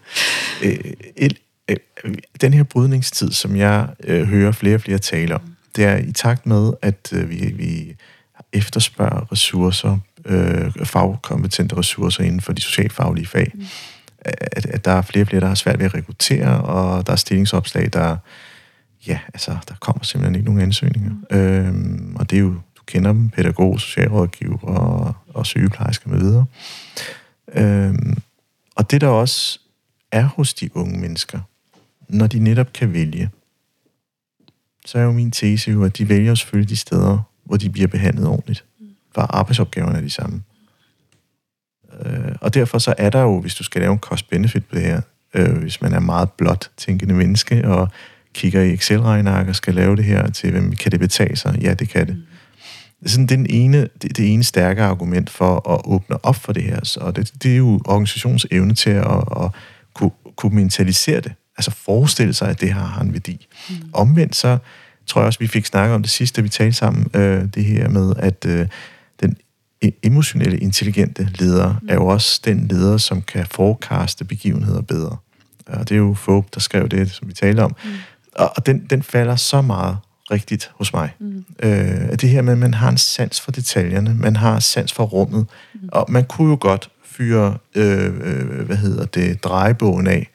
Den her brydningstid, som jeg hører flere og flere tale om, det er i takt med, at vi efterspørger ressourcer, fagkompetente ressourcer inden for de socialfaglige fag. At der er flere og flere, der har svært ved at rekruttere, og der er stillingsopslag, der kommer simpelthen ikke nogen ansøgninger. Og det er jo, du kender dem, pædagog, socialrådgiver og sygeplejersker med videre. Og det der også er hos de unge mennesker, når de netop kan vælge, så er jo min tese jo, at de vælger selvfølgelig de steder, hvor de bliver behandlet ordentligt. For arbejdsopgaverne er de samme. Og derfor så er der jo, hvis du skal lave en cost-benefit på det her, hvis man er meget blot tænkende menneske, og kigger i Excel-regneark og skal lave det her til, hvem kan det betale sig? Ja, det kan det. Sådan det ene stærke argument for at åbne op for det her. Og det er jo organisationens evne til at kunne mentalisere det. Altså forestille sig, at det her har en værdi. Omvendt så tror jeg også, vi fik snakket om det sidste, vi talte sammen, det her med, at emotionelle, intelligente ledere er jo også den leder, som kan forecaste begivenheder bedre. Og det er jo Fogue, der skrev det, som vi talte om. Og den falder så meget rigtigt hos mig. Det her med, at man har en sans for detaljerne, man har sans for rummet, og man kunne jo godt fyre, drejebogen af.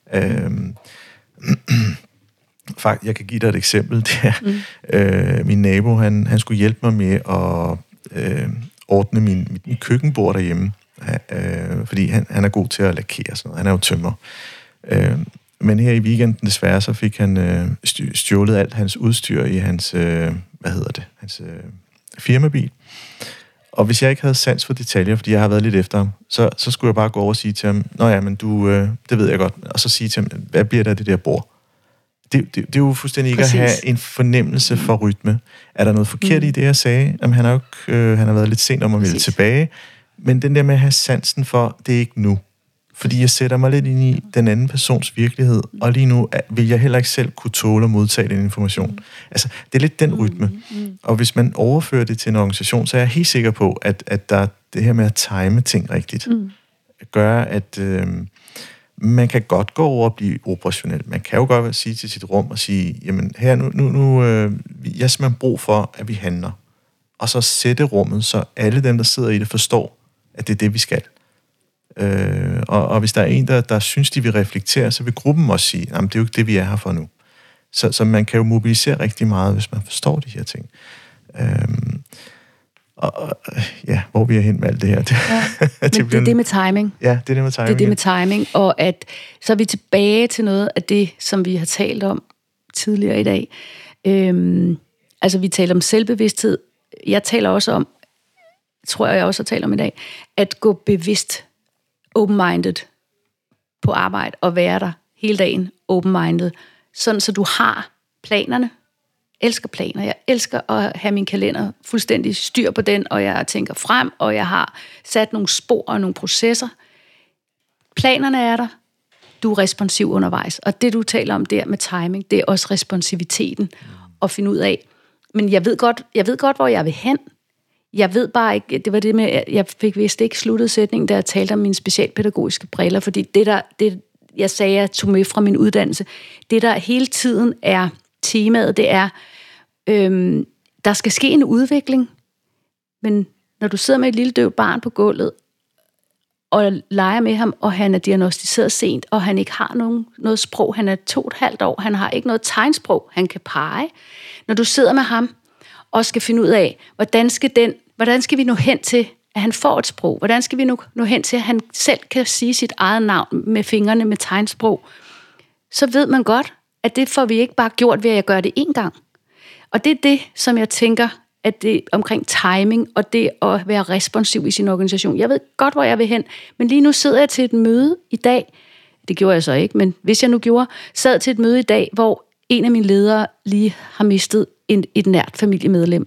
Jeg kan give dig et eksempel. Det er, min nabo, han skulle hjælpe mig med at ordne min køkkenbord derhjemme, fordi han er god til at lakere sådan noget. Han er jo tømrer. Men her i weekenden desværre, så fik han stjålet alt hans udstyr i hans, hans firmabil. Og hvis jeg ikke havde sans for detaljer, fordi jeg har været lidt efter ham, så skulle jeg bare gå over og sige til ham, nå ja, men det ved jeg godt. Og så sige til ham, hvad bliver der af det der bord? Det er jo fuldstændig ikke Præcis. At have en fornemmelse for rytme. Er der noget forkert i det, jeg sagde? Jamen, han har været lidt sent om at ville tilbage. Men den der med at have sansen for, det er ikke nu. Fordi jeg sætter mig lidt ind i den anden persons virkelighed, og lige nu vil jeg heller ikke selv kunne tåle at modtage den information. Altså, det er lidt den rytme. Og hvis man overfører det til en organisation, så er jeg helt sikker på, at der det her med at time ting rigtigt, gør, at man kan godt gå over og blive operationel. Man kan jo godt sige til sit rum og sige, jamen her nu jeg har simpelthen brug for, at vi handler. Og så sætte rummet, så alle dem, der sidder i det, forstår, at det er det, vi skal. Og hvis der er en, der synes, de vil reflektere, så vil gruppen også sige, jamen det er jo ikke det, vi er her for nu. Så man kan jo mobilisere rigtig meget, hvis man forstår de her ting. Hvor vi er hen med alt det her. Det er det med timing. Ja, det er det med timing. Det er det med timing, og at så er vi tilbage til noget af det, som vi har talt om tidligere i dag. Altså, vi taler om selvbevidsthed. Jeg taler også om, tror jeg også har talt om i dag, at gå bevidst, open-minded på arbejde og være der hele dagen, open-minded, sådan så du har planerne. Jeg elsker planer. Jeg elsker at have min kalender fuldstændig styr på den, og jeg tænker frem, og jeg har sat nogle spor og nogle processer. Planerne er der. Du er responsiv undervejs. Og det, du taler om der med timing, det er også responsiviteten at finde ud af. Men jeg ved godt, hvor jeg vil hen. Jeg ved bare ikke, det var det med, jeg fik vist ikke sluttet sætningen, da jeg talte om mine specialpædagogiske briller, fordi det jeg sagde, jeg tog med fra min uddannelse, det der hele tiden er temaet, det er, der skal ske en udvikling, men når du sidder med et lille døvt barn på gulvet, og leger med ham, og han er diagnosticeret sent, og han ikke har noget sprog, han er 2,5 år, han har ikke noget tegnsprog, han kan pege. Når du sidder med ham, og skal finde ud af, hvordan skal vi nå hen til, at han får et sprog? Hvordan skal vi nå hen til, at han selv kan sige sit eget navn med fingrene med tegnsprog? Så ved man godt, at det får vi ikke bare gjort ved at gøre det én gang. Og det er det, som jeg tænker, at det omkring timing og det at være responsiv i sin organisation. Jeg ved godt, hvor jeg vil hen, men lige nu sidder jeg til et møde i dag. Det gjorde jeg så ikke, men hvis jeg nu gjorde, sad til et møde i dag, hvor en af mine ledere lige har mistet et nært familiemedlem.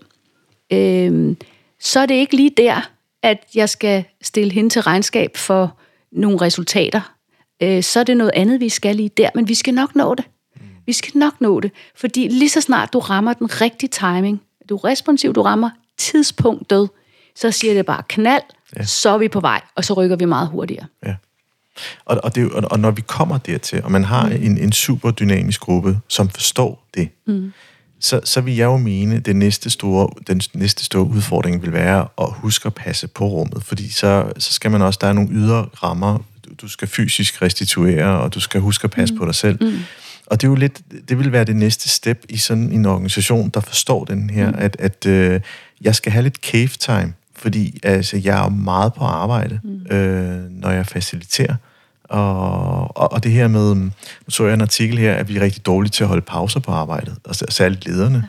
Så er det ikke lige der, at jeg skal stille hende til regnskab for nogle resultater. Så er det noget andet, vi skal lige der, men vi skal nok nå det. Vi skal nok nå det, fordi lige så snart du rammer den rigtige timing, du er responsiv, du rammer tidspunktet, så siger det bare knald, så er vi på vej, og så rykker vi meget hurtigere. Ja. Og når vi kommer dertil, og man har en super dynamisk gruppe, som forstår det, så vil jeg jo mene, den næste store udfordring vil være at huske at passe på rummet, fordi så skal man også, der er nogle ydre rammer, du skal fysisk restituere, og du skal huske at passe på dig selv. Og det er jo lidt, det vil være det næste step i sådan en organisation, der forstår den her, at jeg skal have lidt cave time, fordi altså, jeg er meget på arbejde, når jeg faciliterer. Og det her med, nu så jeg en artikel her, at vi er rigtig dårlige til at holde pauser på arbejdet, og særligt lederne.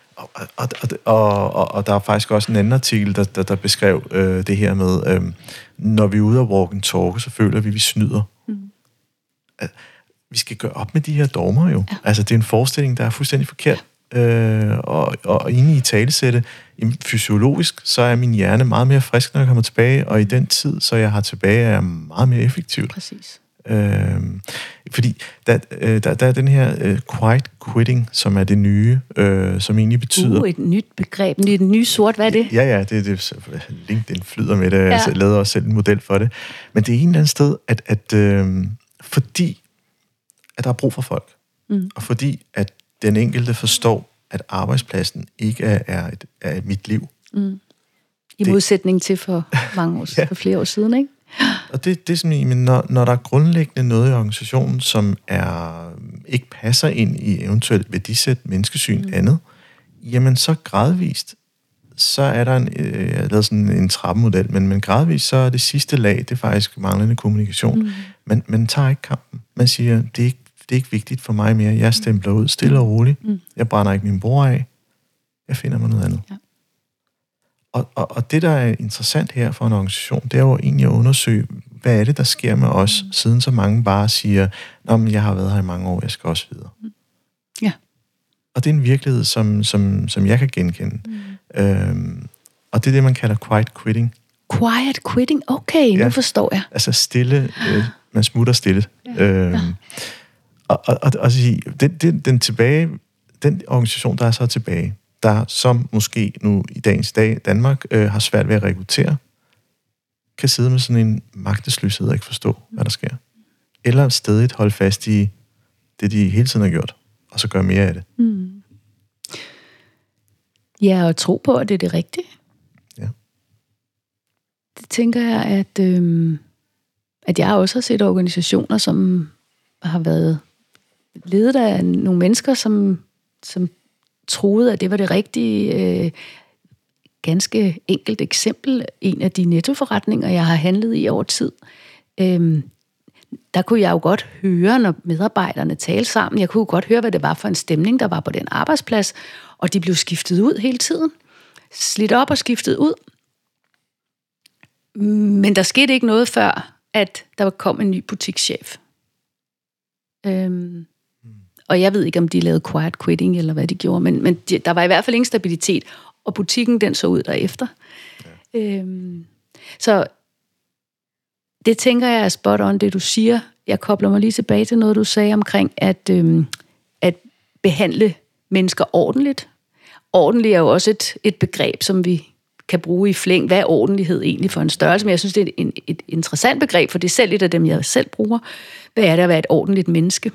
Og der er faktisk også en anden artikel, der beskrev det her med, når vi er ude og walk and talk, så føler vi snyder. Vi skal gøre op med de her dogmer jo. Ja. Altså, det er en forestilling, der er fuldstændig forkert. Og inde i talesætte, fysiologisk, så er min hjerne meget mere frisk, når jeg kommer tilbage, og i den tid, så jeg har tilbage, er jeg meget mere effektiv. Præcis. Fordi der er den her quiet quitting, som er det nye, som egentlig betyder... Et nyt begreb, et nyt sort, hvad er det? Ja, det LinkedIn flyder med det, jeg lavede også selv en model for det. Men det er en eller anden sted, at fordi at der er brug for folk, og fordi at den enkelte forstår, at arbejdspladsen ikke er mit liv. I modsætning til for mange år, for flere år siden, ikke? Og det er sådan, når der er grundlæggende noget i organisationen, som ikke passer ind i eventuelt værdisæt, menneskesyn, andet, jamen så gradvist, så er der jeg har lavet sådan en trappemodel, men gradvist, så er det sidste lag, det er faktisk manglende kommunikation. Man tager ikke kampen. Man siger, det er ikke vigtigt for mig mere. Jeg stempler ud stille og roligt. Jeg brænder ikke min bror af. Jeg finder mig noget andet. Ja. Og det, der er interessant her for en organisation, det er jo egentlig at undersøge, hvad er det, der sker med os, siden så mange bare siger, nå, men jeg har været her i mange år, jeg skal også videre. Ja. Og det er en virkelighed, som jeg kan genkende. Og det er det, man kalder quiet quitting. Quiet quitting? Okay, nu forstår jeg. Altså stille, man smutter stille. Og sige, den organisation, der er så tilbage, der som måske nu i dagens dag Danmark har svært ved at rekruttere, kan sidde med sådan en magtesløshed og ikke forstå, hvad der sker. Eller stadig holde fast i det, de hele tiden har gjort, og så gøre mere af det. Ja, og tro på, at det er det rigtige. Ja. Det tænker jeg, at jeg også har set organisationer, som har været ledet af nogle mennesker, som troede, at det var det rigtige. Ganske enkelt eksempel. En af de nettoforretninger, jeg har handlet i over tid. Der kunne jeg jo godt høre, når medarbejderne talte sammen. Jeg kunne godt høre, hvad det var for en stemning, der var på den arbejdsplads. Og de blev skiftet ud hele tiden. Slidt op og skiftet ud. Men der skete ikke noget før, at der kom en ny butikschef. Og jeg ved ikke, om de lavede quiet quitting, eller hvad de gjorde, men der var i hvert fald ingen stabilitet, og butikken, den så ud derefter. Ja. Så det tænker jeg er spot on, det du siger. Jeg kobler mig lige tilbage til noget, du sagde omkring, at behandle mennesker ordentligt. Ordentligt er jo også et begreb, som vi kan bruge i flæng. Hvad er ordentlighed egentlig for en størrelse? Men jeg synes, det er et interessant begreb, for det er selv et af dem, jeg selv bruger. Hvad er det at være et ordentligt menneske?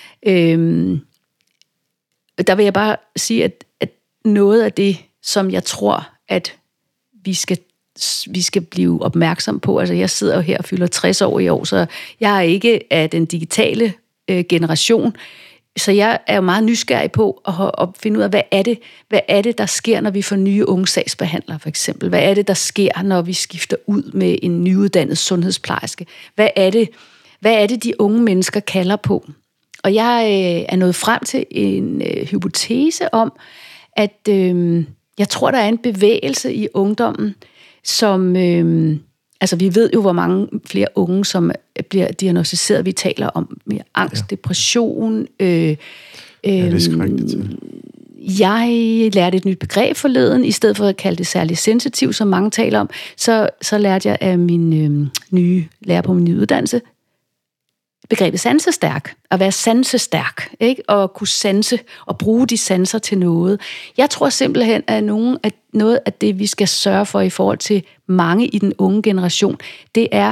Der vil jeg bare sige, at noget af det, som jeg tror, at vi skal blive opmærksom på, altså jeg sidder jo her og fylder 60 år i år, så jeg er ikke af den digitale generation, så jeg er jo meget nysgerrig på at finde ud af, hvad er det, der sker, når vi får nye unge sagsbehandlere, for eksempel? Hvad er det, der sker, når vi skifter ud med en nyuddannet sundhedsplejerske? Hvad er det, de unge mennesker kalder på? Og jeg er nået frem til en hypotese om, at jeg tror, der er en bevægelse i ungdommen, som... altså, vi ved jo, hvor mange flere unge, som bliver diagnosticeret. Vi taler om mere angst, depression. Det er jeg lærte et nyt begreb forleden, i stedet for at kalde det særligt sensitiv, som mange taler om, så lærte jeg af min nye lærer på min nye uddannelse, begrebet sansestærk, at være sansestærk, ikke? Og kunne sanse og bruge de sanser til noget. Jeg tror simpelthen, at noget af det, vi skal sørge for i forhold til mange i den unge generation, det er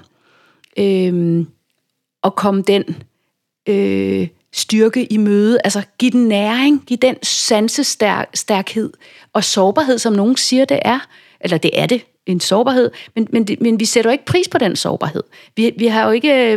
at komme den styrke i møde, altså give den næring, give den sansestærkhed og sårbarhed, som nogen siger, det er, eller det er det, en sårbarhed, men vi sætter jo ikke pris på den sårbarhed. Vi har jo ikke,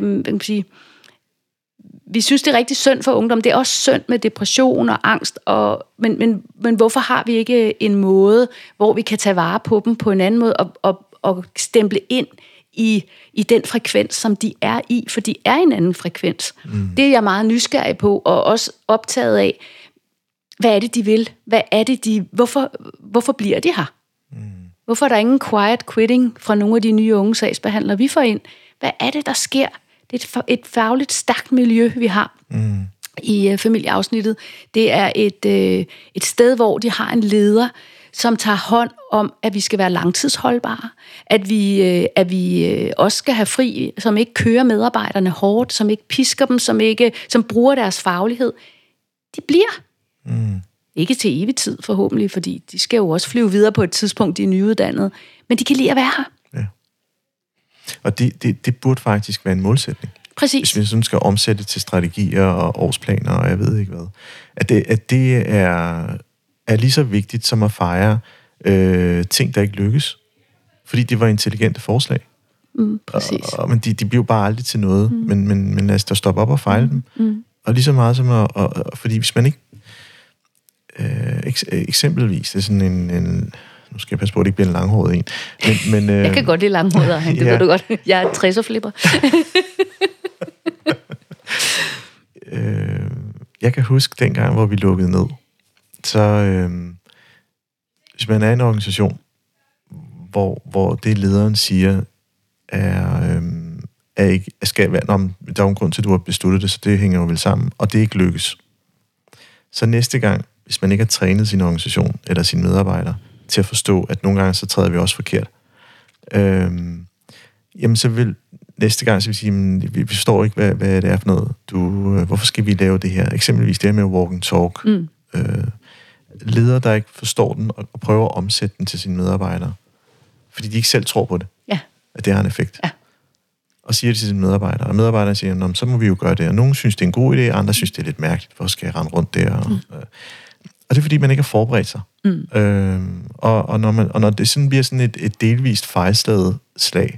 vi synes, det er rigtig synd for ungdom. Det er også synd med depression og angst, men hvorfor har vi ikke en måde, hvor vi kan tage vare på dem på en anden måde og stemple ind i den frekvens, som de er i, for de er en anden frekvens. Det er jeg meget nysgerrig på, og også optaget af, hvad er det, de vil? Hvad er det, hvorfor bliver de her? Hvorfor er der ingen quiet quitting fra nogle af de nye unge sagsbehandlere, vi får ind? Hvad er det, der sker? Det er et fagligt stærkt miljø, vi har i familieafsnittet. Det er et sted, hvor de har en leder, som tager hånd om, at vi skal være langtidsholdbare, at vi også skal have fri, som ikke kører medarbejderne hårdt, som ikke pisker dem, som bruger deres faglighed, de bliver. Ikke til evig tid forhåbentlig, fordi de skal jo også flyve videre på et tidspunkt, de er nyuddannede, men de kan lide at være her. Ja. Og det burde faktisk være en målsætning. Præcis. Hvis vi sådan skal omsætte det til strategier og årsplaner, og jeg ved ikke hvad. At det er lige så vigtigt som at fejre ting, der ikke lykkes. Fordi det var intelligente forslag. Præcis. Men de bliver jo bare aldrig til noget. Men lad os da stoppe op og fejle dem. Og lige så meget som fordi hvis man ikke eksempelvis, det er sådan en nu skal jeg passe på, at det ikke bliver en langhåret en. Men, jeg kan godt lide langhåret, det ja. ved du godt. Jeg er 60'er-flipper. Jeg kan huske dengang, hvor vi lukkede ned. Så hvis man er en organisation, hvor det lederen siger, skal være, der er en grund til, at du har besluttet det, så det hænger jo vel sammen, og det ikke lykkes. Så næste gang, hvis man ikke har trænet sin organisation eller sine medarbejdere til at forstå, at nogle gange så træder vi også forkert, jamen så vil næste gang så vil sige, vi forstår ikke, hvad det er for noget. Hvorfor skal vi lave det her? Eksempelvis det her med walk and talk. Ledere, der ikke forstår den og prøver at omsætte den til sine medarbejdere, fordi de ikke selv tror på det, at det har en effekt. Ja. Og siger det til sine medarbejdere. Og medarbejderne siger, så må vi jo gøre det. Og nogen synes, det er en god idé, andre synes, det er lidt mærkeligt. Hvor skal jeg rende rundt der? Og det er, fordi man ikke har forberedt sig. Og når det sådan bliver sådan et delvist fejlslaget slag,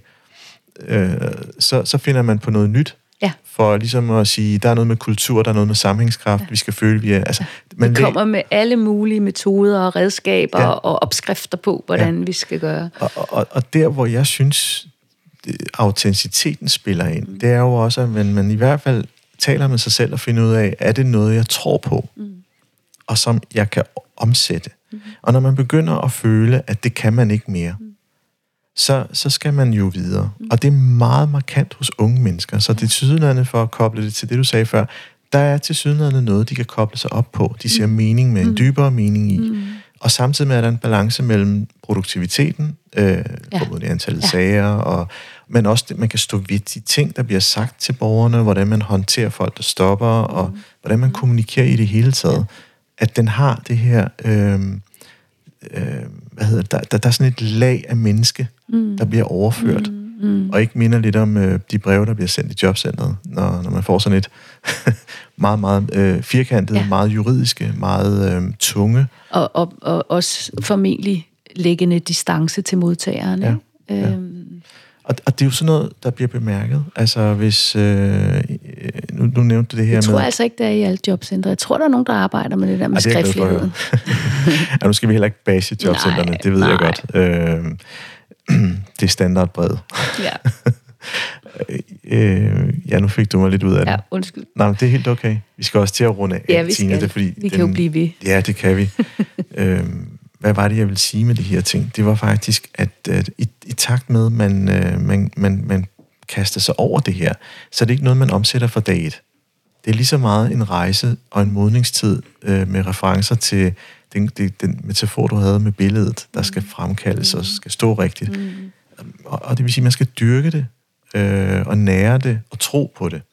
så finder man på noget nyt. Ja. For ligesom at sige, der er noget med kultur, der er noget med sammenhængskraft, vi skal føle, vi er... Altså, man kommer med alle mulige metoder og redskaber og opskrifter på, hvordan vi skal gøre. Og der, hvor jeg synes, autenticiteten spiller ind, det er jo også, at man i hvert fald taler med sig selv og finder ud af, er det noget, jeg tror på, og som jeg kan omsætte. Og når man begynder at føle, at det kan man ikke mere, så skal man jo videre. Og det er meget markant hos unge mennesker. Så det er tilsyneladende, for at koble det til det, du sagde før, der er tilsyneladende noget, de kan koble sig op på. De ser mening med en dybere mening i. Og samtidig med, at der er en balance mellem produktiviteten, formodentlig antallet sager, men også man kan stå ved de ting, der bliver sagt til borgerne, hvordan man håndterer folk, der stopper, og hvordan man kommunikerer i det hele taget. At den har det her... der er sådan et lag af menneske, der bliver overført, og ikke minder lidt om de breve, der bliver sendt i jobcentret, når man får sådan et meget, meget firkantet, meget juridiske, meget tunge. Og også formentlig læggende distance til modtageren. Ja. Og det er jo sådan noget, der bliver bemærket. Altså hvis... nu nævnte du det her med... Jeg tror altså ikke, det er i alle jobcentre. Jeg tror, der er nogen, der arbejder med det der med skriftligheden. Nu skal vi heller ikke bashe jobcentrene, det ved jeg godt. Det er standardbrevet. Ja. Nu fik du mig lidt ud af det. Ja, undskyld. Nej, men det er helt okay. Vi skal også til at runde af, vi Tina. skal. Vi kan jo blive ved. Ja, det kan vi. Hvad var det, jeg ville sige med de her ting? Det var faktisk, at i takt med, man kaster sig over det her, så er det ikke noget, man omsætter for dag et. Det er lige så meget en rejse og en modningstid med referencer til den metafor, du havde med billedet, der skal fremkaldes og skal stå rigtigt. Og det vil sige, at man skal dyrke det, og nære det, og tro på det.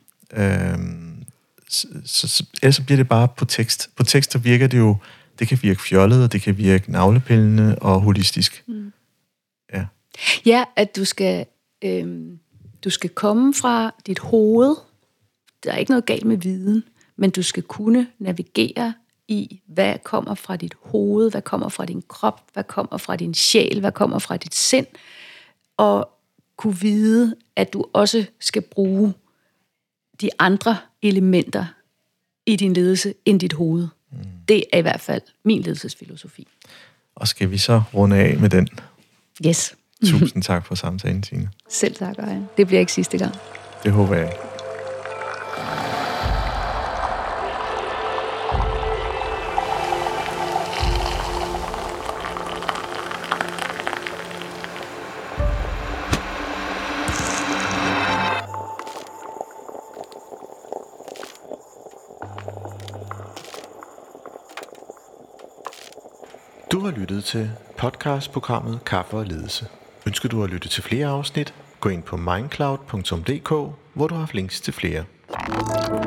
Ellers bliver det bare på tekst. På tekst, der virker det jo, det kan virke fjollet, og det kan virke navlepillende og holistisk. Ja, at du skal komme fra dit hoved. Der er ikke noget galt med viden, men du skal kunne navigere i, hvad kommer fra dit hoved, hvad kommer fra din krop, hvad kommer fra din sjæl, hvad kommer fra dit sind, og kunne vide, at du også skal bruge de andre elementer i din ledelse end dit hoved. Det er i hvert fald min ledelsesfilosofi. Og skal vi så runde af med den? Yes. Tusind tak for samtalen, Tine. Selv tak, Ejern. Det bliver ikke sidste gang. Det håber jeg. Du har lyttet til podcastprogrammet Kaffe og Ledelse. Ønsker du at lytte til flere afsnit? Gå ind på mindcloud.dk, hvor du har links til flere.